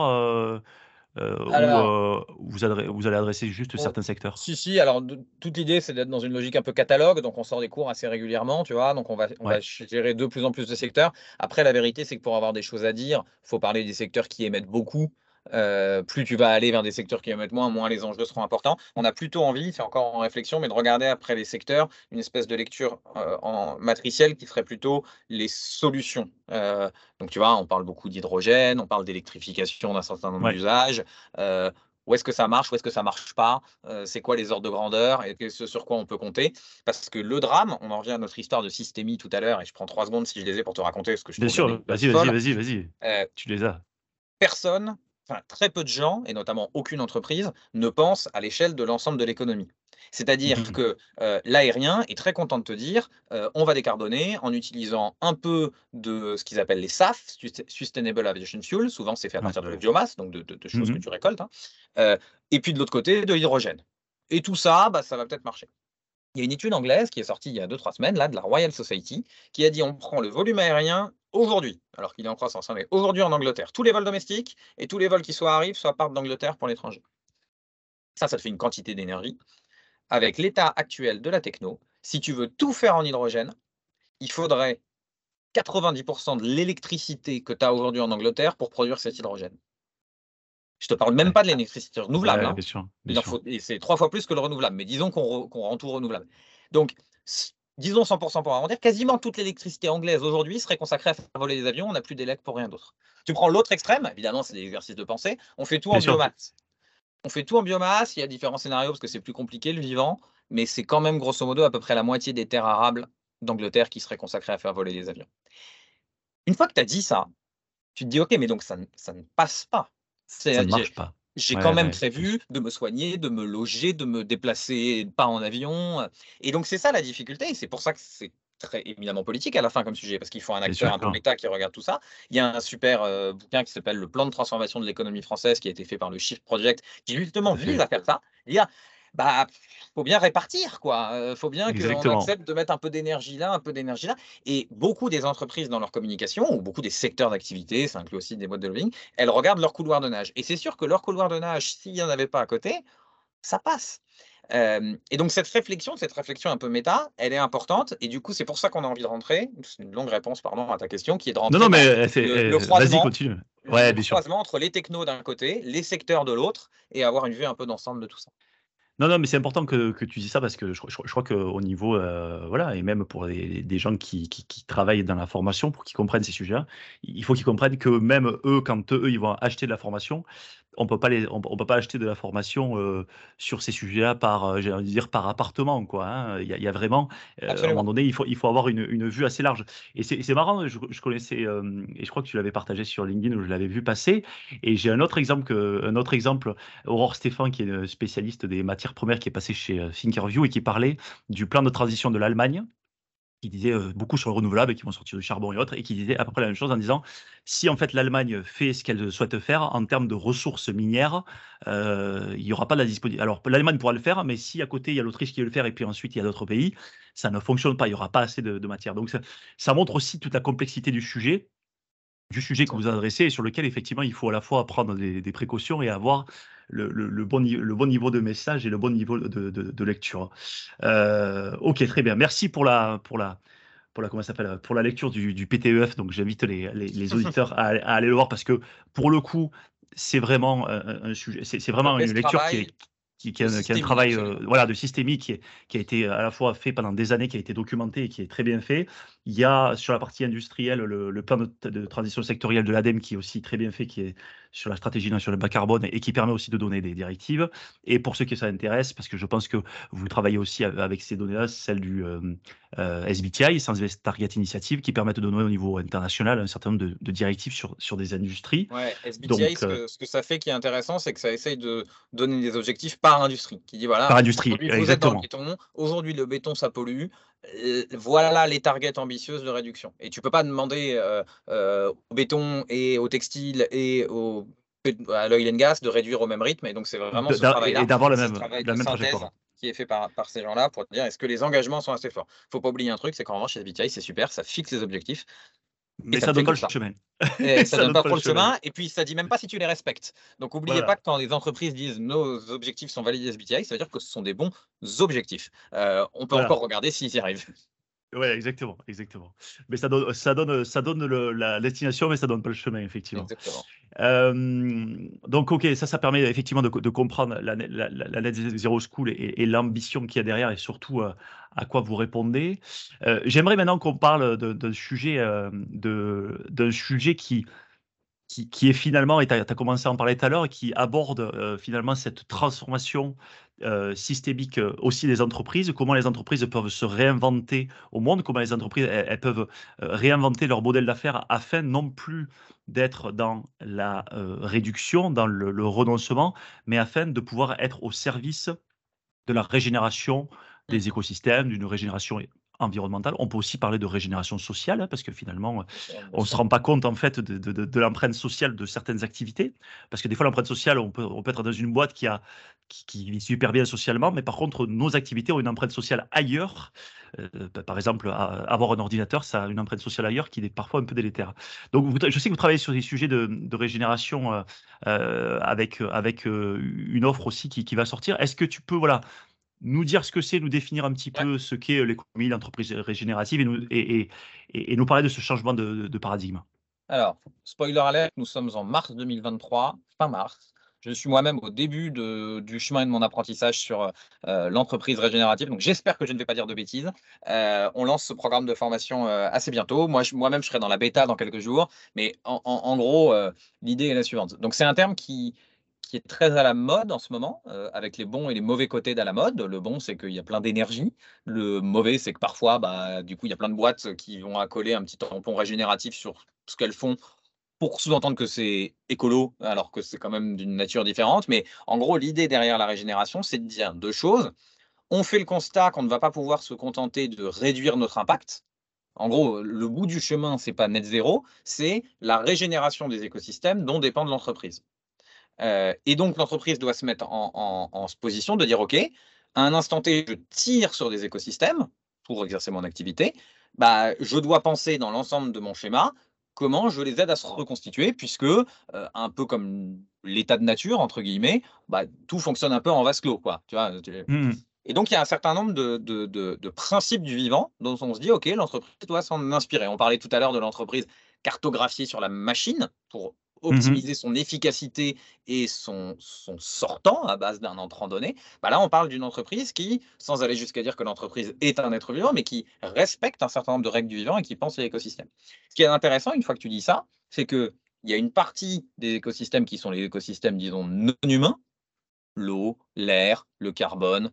ou, Alors vous allez adresser juste Oh, certains secteurs? si, si, alors toute l'idée, c'est d'être dans une logique un peu catalogue, donc on sort des cours assez régulièrement, tu vois? Donc on va Ouais. gérer de plus en plus de secteurs. Après, la vérité, c'est que pour avoir des choses à dire, faut parler des secteurs qui émettent beaucoup. Plus tu vas aller vers des secteurs qui émettent moins, moins les enjeux seront importants. On a plutôt envie, c'est encore en réflexion, mais de regarder après les secteurs, une espèce de lecture, en matricielle qui serait plutôt les solutions. Donc tu vois, on parle beaucoup d'hydrogène, on parle d'électrification d'un certain nombre Ouais. d'usages, où est-ce que ça marche? Où est-ce que ça marche pas? C'est quoi les ordres de grandeur et ce sur quoi on peut compter? Parce que le drame, on en revient à notre histoire de systémie tout à l'heure et je prends 3 secondes si je les ai pour te raconter parce que je Bien trouve sûr, l'anecdote vas-y, vas-y, folle. vas-y, vas-y. Heu, Tu les as. Personne, enfin très peu de gens et notamment aucune entreprise ne pense à l'échelle de l'ensemble de l'économie. C'est-à-dire Mmh. que, l'aérien est très content de te dire, «On va décarboner en utilisant un peu de ce qu'ils appellent les SAF, Sustainable Aviation Fuel». Souvent, c'est fait à Ouais. partir de la biomasse, donc de choses que Mmh. tu récoltes, hein, heu et puis de l'autre côté, de l'hydrogène et tout ça, bah, ça va peut-être marcher. Il y a une étude anglaise qui est sortie il y a 2-3 semaines là, de la Royal Society, qui a dit: «On prend le volume aérien aujourd'hui», alors qu'il est en croissance, hein, mais aujourd'hui en Angleterre, tous les vols domestiques et tous les vols qui soit arrivent, soit partent d'Angleterre pour l'étranger. Ça te fait une quantité d'énergie. Avec l'état actuel de la techno, si tu veux tout faire en hydrogène, il faudrait 90 de l'électricité que tu as aujourd'hui en Angleterre pour produire cet hydrogène. Je te parle même Ouais. pas de l'électricité renouvelable, Ouais, hein. bien sûr, bien Il en sûr. faut et c'est 3 fois plus que le renouvelable, mais disons qu'on rend tout renouvelable. Donc disons 100 pour arrondir, quasiment toute l'électricité anglaise aujourd'hui serait consacrée à faire voler des avions, on n'a plus d'élec pour rien d'autre. Tu prends l'autre extrême, évidemment, c'est des exercices de pensée, on fait tout Bien en sûr. biomasse. On fait tout en biomasse, il y a différents scénarios parce que c'est plus compliqué le vivant, mais c'est quand même grosso modo à peu près la moitié des terres arables d'Angleterre qui seraient consacrées à faire voler des avions. Une fois que tu as dit ça, tu te dis: «OK, mais donc ça ne passe pas». Ça C'est ne marche pas. j'ai quand Ouais, même ouais, bien sûr. prévu de me soigner, de me loger, de me déplacer pas en avion, et donc c'est ça la difficulté et c'est pour ça que c'est très éminemment politique à la fin comme sujet, parce qu'il faut un Bien acteur sûr. un peu méta qui regarde tout ça. Il y a un super, bouquin qui s'appelle «Le plan de transformation de l'économie française» qui a été fait par le Shift Project, qui Tout justement à vise fait. à faire ça, dire: «Bah, faut bien répartir quoi, faut bien qu'on Exactement. accepte de mettre un peu d'énergie là, un peu d'énergie là», et beaucoup des entreprises dans leur communication ou beaucoup des secteurs d'activité, ça inclut aussi des boîtes de lobbying, elles regardent leur couloir de nage et c'est sûr que leur couloir de nage, s'il y en avait pas à côté, ça passe. Hem Et donc cette réflexion un peu méta, elle est importante et du coup, c'est pour ça qu'on a envie de rentrer, c'est une longue réponse, pardon, à ta question, qui est de Non, rentrer non, dans mais, le vas-y, croisement continue. Ouais, le bien sûr. croisement entre les technos d'un côté, les secteurs de l'autre et avoir une vue un peu d'ensemble de tout ça. Non, non, mais c'est important que tu dis ça parce que je crois qu'au niveau, voilà et même pour des gens qui travaillent dans la formation, pour qu'ils comprennent ces sujets-là, il faut qu'ils comprennent que même eux, quand eux, ils vont acheter de la formation, on peut pas acheter de la formation, sur ces sujets-là par, j'ai envie de dire par appartement, quoi, hein. Il y a vraiment, à un moment Absolument. donné, il faut avoir une vue assez large et c'est marrant, je connaissais, et je crois que tu l'avais partagé sur LinkedIn ou je l'avais vu passer et j'ai un autre exemple, Aurore Stéphan, qui est une spécialiste des matières premières, qui est passée chez Thinkerview et qui parlait du plan de transition de l'Allemagne, qui disait beaucoup sur le renouvelable, qui vont sortir du charbon et autres, et qui disait à peu près la même chose en disant si en fait l'Allemagne fait ce qu'elle souhaite faire en termes de ressources minières, il n'y aura pas de la disponibilité. Alors l'Allemagne pourra le faire, mais si à côté il y a l'Autriche qui veut le faire et puis ensuite il y a d'autres pays, ça ne fonctionne pas, il n'y aura pas assez de matière. Donc ça montre aussi toute la complexité du sujet que vous adressez et sur lequel effectivement il faut à la fois prendre des précautions et avoir le bon niveau de message et le bon niveau de lecture. Ok, très bien. Merci comment ça s'appelle, pour la lecture du PTEF. Donc j'invite les auditeurs à aller le voir parce que pour le coup, c'est vraiment un sujet, c'est Je vraiment fais une ce lecture qui est travail qui a un travail voilà, de systémique qui a été à la fois fait pendant des années, qui a été documenté et qui est très bien fait. Il y a sur la partie industrielle le plan de transition sectorielle de l'ADEME qui est aussi très bien fait, qui est sur la stratégie nationale bas carbone et qui permet aussi de donner des directives. Et pour ceux qui ça intéresse, parce que je pense que vous travaillez aussi avec ces données-là, celles du SBTI, Science Based Target Initiative, qui permettent de donner au niveau international un certain nombre de directives sur des industries. Ouais, SBTI, Donc, ce que ça fait qui est intéressant, c'est que ça essaye de donner des objectifs par industrie. Qui dit, par voilà, industrie, aujourd'hui vous êtes dans le exactement. béton, aujourd'hui le béton ça pollue, voilà les targets ambitieuses de réduction. Et tu peux pas demander au béton et au textile et à l'oil and gas de réduire au même rythme. Et donc c'est vraiment ce travail-là, Et d'avoir c'est ce travail la de même synthèse trajectoire. qui est fait par ces gens-là pour dire est-ce que les engagements sont assez forts. Faut pas oublier un truc, c'est qu'en revanche, SBTI, c'est super, ça fixe les objectifs et Mais ça ça ne fait donne que pas le ça. chemin. Et ça Ça donne donne pas pas trop le le chemin. chemin, et puis ça dit même pas si tu les respectes. Donc oubliez pas Voilà. que quand les entreprises disent nos objectifs sont validés SBTI, ça veut dire que ce sont des bons objectifs. On peut Voilà. encore regarder s'ils y arrivent. Ouais, exactement, exactement. Mais ça donne la destination, mais ça donne pas le chemin, effectivement. Exactement. Donc, ok, ça permet effectivement de comprendre la Net Zero School et l'ambition qu'il y a derrière et surtout à quoi vous répondez. J'aimerais maintenant qu'on parle d'un sujet, d'un sujet qui est finalement, et tu as commencé à en parler tout à l'heure, qui aborde finalement cette transformation systémique aussi des entreprises, comment les entreprises peuvent se réinventer au monde, comment les entreprises elles peuvent réinventer leur modèle d'affaires afin non plus d'être dans la réduction, dans le renoncement, mais afin de pouvoir être au service de la régénération Mm. des écosystèmes, d'une régénération environnementale. On peut aussi parler de régénération sociale, hein, parce que finalement, Bien sûr, bien on ne se sûr. rend pas compte en fait de l'empreinte sociale de certaines activités. Parce que des fois, l'empreinte sociale, on peut être dans une boîte qui vit super bien socialement, mais par contre, nos activités ont une empreinte sociale ailleurs. Par exemple, avoir un ordinateur, ça a une empreinte sociale ailleurs qui est parfois un peu délétère. Donc, je sais que vous travaillez sur des sujets de régénération avec une offre aussi qui va sortir. Est-ce que tu peux voilà, nous dire ce que c'est, nous définir un petit Ouais. peu ce qu'est l'économie, l'entreprise régénérative et nous parler de ce changement de paradigme? Alors, spoiler alert, nous sommes en mars 2023, fin mars. Je suis moi-même au début du chemin de mon apprentissage sur l'entreprise régénérative. Donc, j'espère que je ne vais pas dire de bêtises. On lance ce programme de formation assez bientôt. Moi-même, je serai dans la bêta dans quelques jours. Mais en gros, l'idée est la suivante. Donc, c'est un terme qui est très à la mode en ce moment, avec les bons et les mauvais côtés de la mode. Le bon, c'est qu'il y a plein d'énergie. Le mauvais, c'est que parfois, bah, du coup, il y a plein de boîtes qui vont accoler un petit tampon régénératif sur ce qu'elles font pour sous-entendre que c'est écolo, alors que c'est quand même d'une nature différente. Mais en gros, l'idée derrière la régénération, c'est de dire deux choses. On fait le constat qu'on ne va pas pouvoir se contenter de réduire notre impact. En gros, le bout du chemin, c'est pas net zéro, c'est la régénération des écosystèmes dont dépend l'entreprise. Et donc l'entreprise doit se mettre en position de dire: «OK, à un instant T, je tire sur des écosystèmes pour exercer mon activité. Bah, je dois penser dans l'ensemble de mon schéma, comment je les aide à se reconstituer puisque, un peu comme «l'état de nature» entre guillemets, bah, tout fonctionne un peu en vase clos, quoi, tu vois? Mmh. Et donc il y a un certain nombre de principes du vivant dont on se dit: «OK, l'entreprise doit s'en inspirer». On parlait tout à l'heure de l'entreprise cartographiée sur la machine pour Mmh. optimiser son efficacité et son sortant à base d'un entrant donné. Bah, là, on parle d'une entreprise qui, sans aller jusqu'à dire que l'entreprise est un être vivant, mais qui respecte un certain nombre de règles du vivant et qui pense à l'écosystème. Ce qui est intéressant, une fois que tu dis ça, c'est qu'il y a une partie des écosystèmes qui sont les écosystèmes, disons, non humains, l'eau, l'air, le carbone,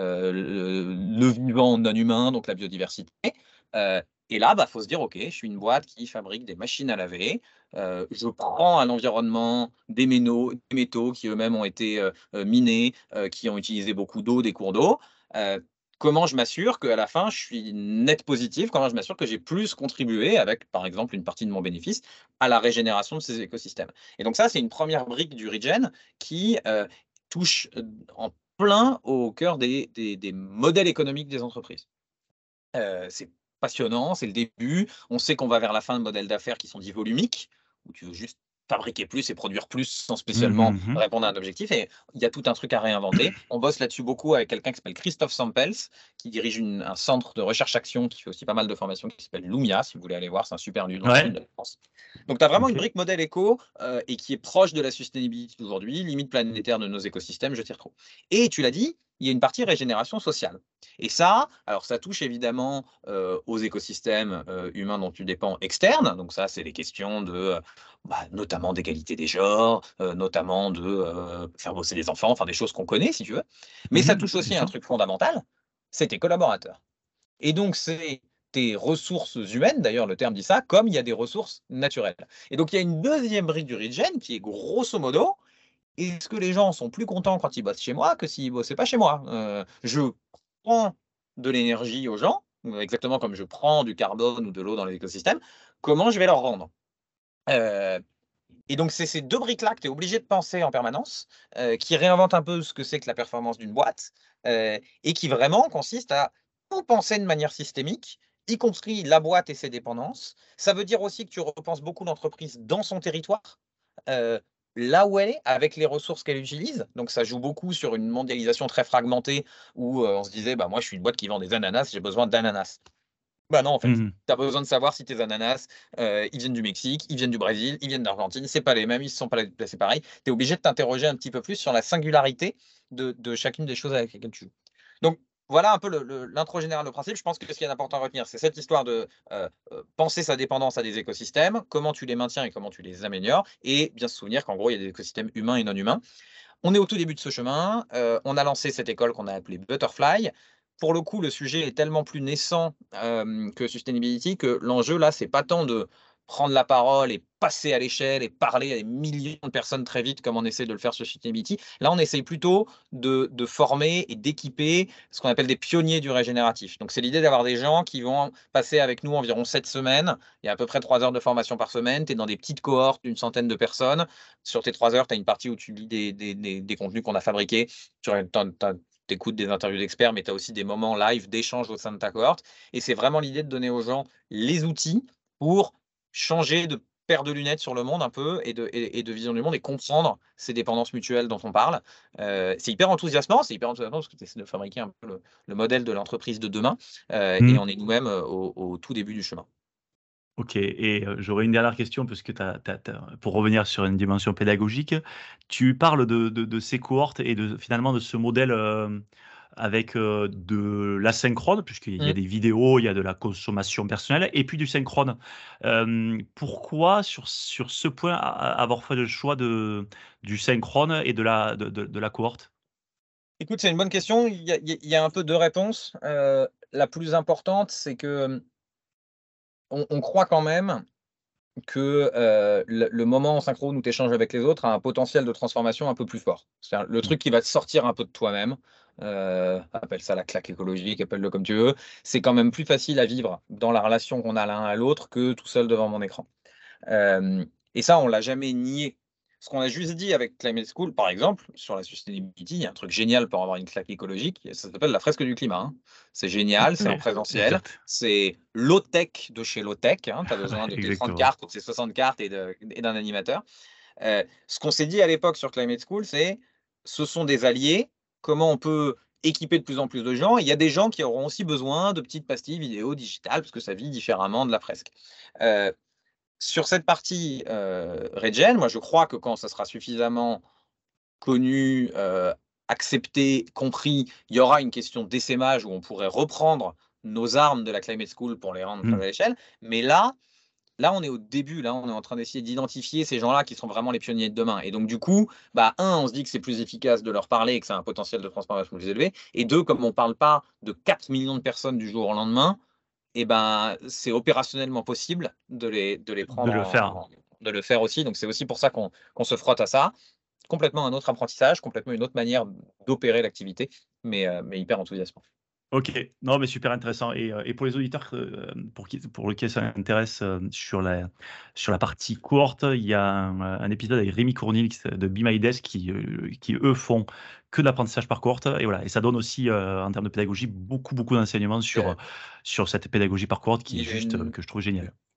le vivant non humain, donc la biodiversité. Heu et là, bah, faut se dire: «OK, je suis une boîte qui fabrique des machines à laver, je prends à l'environnement des métaux qui eux-mêmes ont été, minés, qui ont utilisé beaucoup d'eau, des cours d'eau. Heu, Comment je m'assure qu'à la fin, je suis net positif? Comment je m'assure que j'ai plus contribué avec, par exemple, une partie de mon bénéfice à la régénération de ces écosystèmes?» Et donc ça, c'est une première brique du regen qui, touche, en plein au cœur des modèles économiques des entreprises. C'est passionnant, c'est le début. On sait qu'on va vers la fin de modèles d'affaires qui sont dits volumiques, où tu veux juste fabriquer plus et produire plus sans spécialement Mhm. répondre à un objectif. Et il y a tout un truc à réinventer. On bosse là-dessus beaucoup avec quelqu'un qui s'appelle Christophe Sampels, qui dirige un centre de recherche-action qui fait aussi pas mal de formations, qui s'appelle Lumia, si vous voulez aller voir. C'est un super lieu dans le sud Ouais, de la France. Donc, tu as vraiment une ok. brique modèle éco et qui est proche de la sustainability d'aujourd'hui, limite planétaire de nos écosystèmes, je t'y retrouve. Et tu l'as dit, il y a une partie régénération sociale. Et ça, alors ça touche évidemment aux écosystèmes humains dont tu dépends externes. Donc ça, c'est les questions de notamment d'égalité des genres, notamment de faire bosser des enfants, enfin des choses qu'on connaît, si tu veux. Mais ça touche Bien aussi à un sûr. truc fondamental, c'est tes collaborateurs. Et donc, c'est tes ressources humaines, d'ailleurs, le terme dit ça, comme il y a des ressources naturelles. Et donc, il y a une deuxième brique du regen qui est grosso modo, est-ce que les gens sont plus contents quand ils bossent chez moi que s'ils ne bossaient pas chez moi? Je prends de l'énergie aux gens, exactement comme je prends du carbone ou de l'eau dans les écosystèmes, comment je vais leur rendre? Euh, et donc, c'est ces deux briques-là que tu es obligé de penser en permanence, qui réinventent un peu ce que c'est que la performance d'une boîte, et qui vraiment consiste à tout penser de manière systémique, y compris la boîte et ses dépendances. Ça veut dire aussi que tu repenses beaucoup l'entreprise dans son territoire, euh, là où elle est, avec les ressources qu'elle utilise. Donc, ça joue beaucoup sur une mondialisation très fragmentée où on se disait, bah, moi, je suis une boîte qui vend des ananas, j'ai besoin d'ananas. Bah non, en fait. Mhm. Tu as besoin de savoir si tes ananas, ils viennent du Mexique, ils viennent du Brésil, ils viennent d'Argentine, c'est pas les mêmes, ils ne sont pas placés pareil. Tu es obligé de t'interroger un petit peu plus sur la singularité de chacune des choses avec lesquelles tu joues. Donc, voilà un peu l'intro général, le principe. Je pense que ce qui est important à retenir, c'est cette histoire de penser sa dépendance à des écosystèmes, comment tu les maintiens et comment tu les améliores, et bien se souvenir qu'en gros, il y a des écosystèmes humains et non humains. On est au tout début de ce chemin. On a lancé cette école qu'on a appelée Butterfly. Pour le coup, le sujet est tellement plus naissant que Sustainability que l'enjeu là, c'est pas tant de prendre la parole et passer à l'échelle et parler à des millions de personnes très vite comme on essaie de le faire sur Sustainability. Là, on essaye plutôt de former et d'équiper ce qu'on appelle des pionniers du régénératif. Donc, c'est l'idée d'avoir des gens qui vont passer avec nous environ 7 semaines. Il y a à peu près 3 heures de formation par semaine. Tu es dans des petites cohortes d'une centaine de personnes. Sur tes 3 heures, tu as une partie où tu lis des contenus qu'on a fabriqués. Tu écoutes des interviews d'experts, mais tu as aussi des moments live d'échange au sein de ta cohorte. Et c'est vraiment l'idée de donner aux gens les outils pour changer de paire de lunettes sur le monde un peu et de vision du monde et comprendre ces dépendances mutuelles dont on parle. C'est hyper enthousiasmant parce que tu essaies de fabriquer un peu le modèle de l'entreprise de demain et Mhm. on est nous-mêmes au tout début du chemin. Ok, et j'aurais une dernière question, parce que pour revenir sur une dimension pédagogique, tu parles de ces cohortes et finalement de ce modèle avec de l'asynchrone, puisqu'il y a Mm. des vidéos, il y a de la consommation personnelle, et puis du synchrone. Pourquoi sur ce point avoir fait le choix du synchrone et de la cohorte? Écoute, c'est une bonne question. Il y a un peu deux réponses. La plus importante, c'est que on croit quand même que le moment en synchrone où tu échanges avec les autres a un potentiel de transformation un peu plus fort. C'est le Mm. truc qui va te sortir un peu de toi-même. Appelle ça la claque écologique, appelle-le comme tu veux. C'est quand même plus facile à vivre dans la relation qu'on a l'un à l'autre que tout seul devant mon écran. Euh, et ça, on l'a jamais nié. Ce qu'on a juste dit avec Climate School, par exemple, sur la sustainability, il y a un truc génial pour avoir une claque écologique, ça s'appelle la fresque du climat, hein. C'est génial, c'est en Oui, présentiel, exact. c'est low-tech de chez low-tech, hein. Tu as besoin de tes 30 Exactement. cartes ou de tes 60 cartes et d'un animateur. Ce qu'on s'est dit à l'époque sur Climate School, c'est ce sont des alliés, comment on peut équiper de plus en plus de gens. Il y a des gens qui auront aussi besoin de petites pastilles vidéo digitales, parce que ça vit différemment de la fresque. Euh, sur cette partie Regen, moi je crois que quand ça sera suffisamment connu, accepté, compris, il y aura une question d'essaimage où on pourrait reprendre nos armes de la Climate School pour les rendre très Mm. à l'échelle. Mais là, on est au début, là, on est en train d'essayer d'identifier ces gens-là qui sont vraiment les pionniers de demain. Et donc, du coup, on se dit que c'est plus efficace de leur parler et que ça a un potentiel de transformation plus élevé. Et deux, comme on ne parle pas de 4 millions de personnes du jour au lendemain, et c'est opérationnellement possible de les De prendre le faire. de le faire aussi. Donc, c'est aussi pour ça qu'on se frotte à ça. Complètement un autre apprentissage, complètement une autre manière d'opérer l'activité, mais hyper enthousiasmant. OK. Non, mais super intéressant, et pour les auditeurs, pour lesquels ça intéresse, sur la partie courte, il y a un épisode avec Rémi Cournil de Be My Desk qui eux font que de l'apprentissage par cohorte, et voilà, et ça donne aussi, en termes de pédagogie, beaucoup d'enseignements Euh, sur cette pédagogie par cohorte qui est Il y a juste, une que je trouve géniale.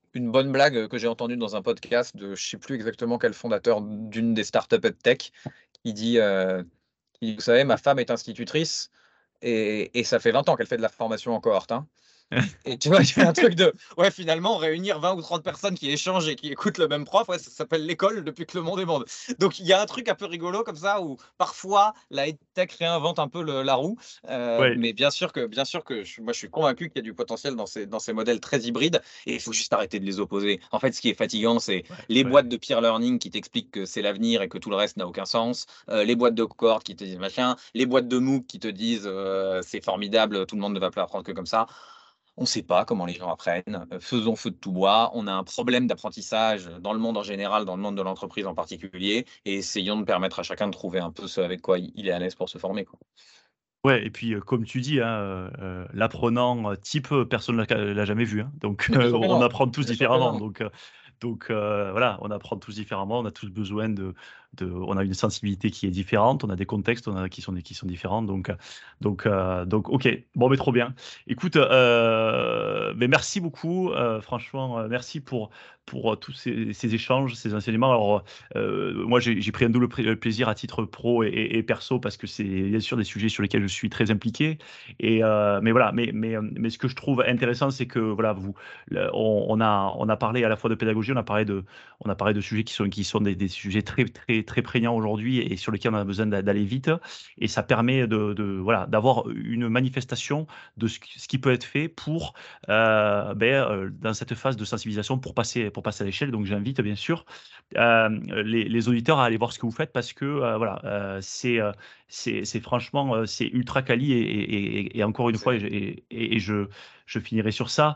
une bonne blague que j'ai entendue dans un podcast de je ne sais plus exactement quel fondateur d'une des startups tech qui dit, vous savez, ma femme est institutrice et ça fait 20 ans qu'elle fait de la formation en cohorte. Hein. Et tu vois, il y a un truc de, ouais, finalement, réunir 20 ou 30 personnes qui échangent et qui écoutent le même prof, ouais, ça s'appelle l'école depuis que le monde est monde. Donc, il y a un truc un peu rigolo comme ça où parfois la tech réinvente un peu la roue. Ouais, Mais bien sûr que moi, je suis convaincu qu'il y a du potentiel dans ces modèles très hybrides et il faut juste arrêter de les opposer. En fait, ce qui est fatigant, c'est les boîtes de peer learning qui t'expliquent que c'est l'avenir et que tout le reste n'a aucun sens. Les boîtes de cohorte qui te disent machin. Les boîtes de MOOC qui te disent c'est formidable, tout le monde ne va plus apprendre que comme ça. On ne sait pas comment les gens apprennent. Faisons feu de tout bois. On a un problème d'apprentissage dans le monde en général, dans le monde de l'entreprise en particulier, et essayons de permettre à chacun de trouver un peu ce avec quoi il est à l'aise pour se former, quoi. ouais, et puis comme tu dis, hein, l'apprenant type, personne l'a jamais vu, hein, donc Mais bien sûr que on non. apprend tous Bien sûr que différemment, non. donc voilà, on apprend tous différemment, on a tous besoin on a une sensibilité qui est différente, on a des contextes qui sont différents, donc ok, bon, mais trop bien. Écoute, mais merci beaucoup, franchement, merci pour tous ces échanges, ces enseignements. Alors, moi, j'ai pris un double plaisir à titre pro et perso parce que c'est bien sûr des sujets sur lesquels je suis très impliqué. Mais voilà, mais ce que je trouve intéressant, c'est que voilà, on a parlé à la fois de pédagogie, on a parlé de sujets qui sont des sujets très très très prégnants aujourd'hui et sur lesquels on a besoin d'aller vite. Et ça permet voilà, d'avoir une manifestation de ce qui peut être fait pour dans cette phase de sensibilisation pour passer à l'échelle. Donc j'invite bien sûr les auditeurs à aller voir ce que vous faites parce que voilà, c'est franchement c'est ultra quali et encore une fois et je finirai sur ça.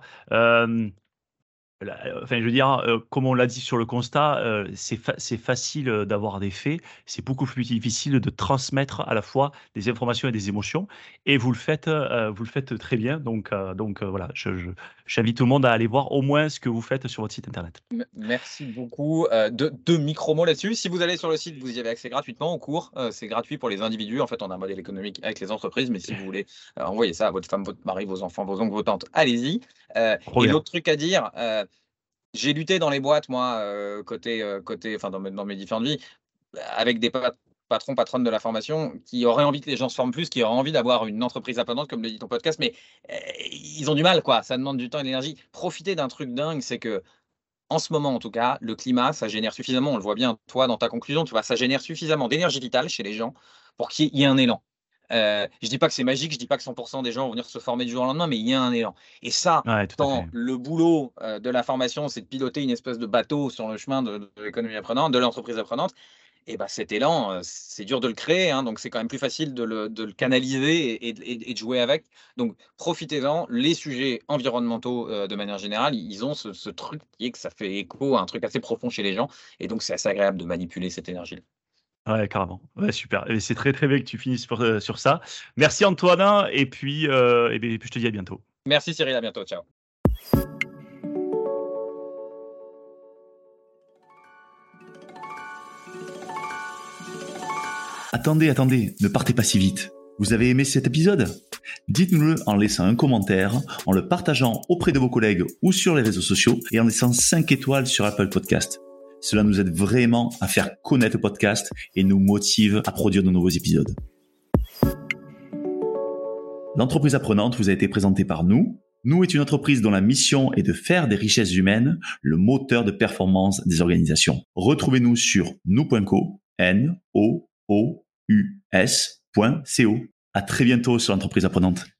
Enfin, je veux dire, comme on l'a dit sur le constat, c'est facile d'avoir des faits. C'est beaucoup plus difficile de transmettre à la fois des informations et des émotions. Et vous le faites très bien. Donc voilà, j'invite tout le monde à aller voir au moins ce que vous faites sur votre site internet. Merci beaucoup. Deux micro-mots là-dessus. Si vous allez sur le site, vous y avez accès gratuitement au cours. C'est gratuit pour les individus. En fait, on a un modèle économique avec les entreprises, mais si vous voulez envoyer ça à votre femme, votre mari, vos enfants, vos oncles, vos tantes, allez-y. Trop Et bien. l'autre truc à dire, j'ai lutté dans les boîtes, moi, enfin, dans mes différentes vies, avec des patrons, patronnes de la formation qui auraient envie que les gens se forment plus, qui auraient envie d'avoir une entreprise apprenante, comme le dit ton podcast, mais ils ont du mal, quoi. Ça demande du temps et de l'énergie. Profiter d'un truc dingue, c'est que en ce moment, en tout cas, le climat, ça génère suffisamment, on le voit bien, toi, dans ta conclusion, tu vois, ça génère suffisamment d'énergie vitale chez les gens pour qu'il y ait un élan. Je dis pas que c'est magique, je dis pas que 100 des gens vont venir se former du jour au lendemain, mais il y a un élan. Et ça, Ouais, tout à quand fait. le boulot de la formation, c'est de piloter une espèce de bateau sur le chemin de l'économie apprenante, de l'entreprise apprenante, et ben cet élan, c'est dur de le créer, hein, donc c'est quand même plus facile de le canaliser et de jouer avec. Donc profitez-en. Les sujets environnementaux, de manière générale, ils ont ce truc qui est que ça fait écho à un truc assez profond chez les gens et donc c'est assez agréable de manipuler cette énergie-là. Ouais, carrément. Ouais, super. Et c'est très très bien que tu finisses sur ça. Merci Antoine. Et puis je te dis à bientôt. Merci Cyril, à bientôt. Ciao. Attendez, ne partez pas si vite. Vous avez aimé cet épisode ? Dites-nous-le en laissant un commentaire, en le partageant auprès de vos collègues ou sur les réseaux sociaux et en laissant 5 étoiles sur Apple Podcast. Cela nous aide vraiment à faire connaître le podcast et nous motive à produire de nouveaux épisodes. L'entreprise apprenante vous a été présentée par nous. Nous est une entreprise dont la mission est de faire des richesses humaines le moteur de performance des organisations. Retrouvez-nous sur nous.co, nous.co. À très bientôt sur l'entreprise apprenante.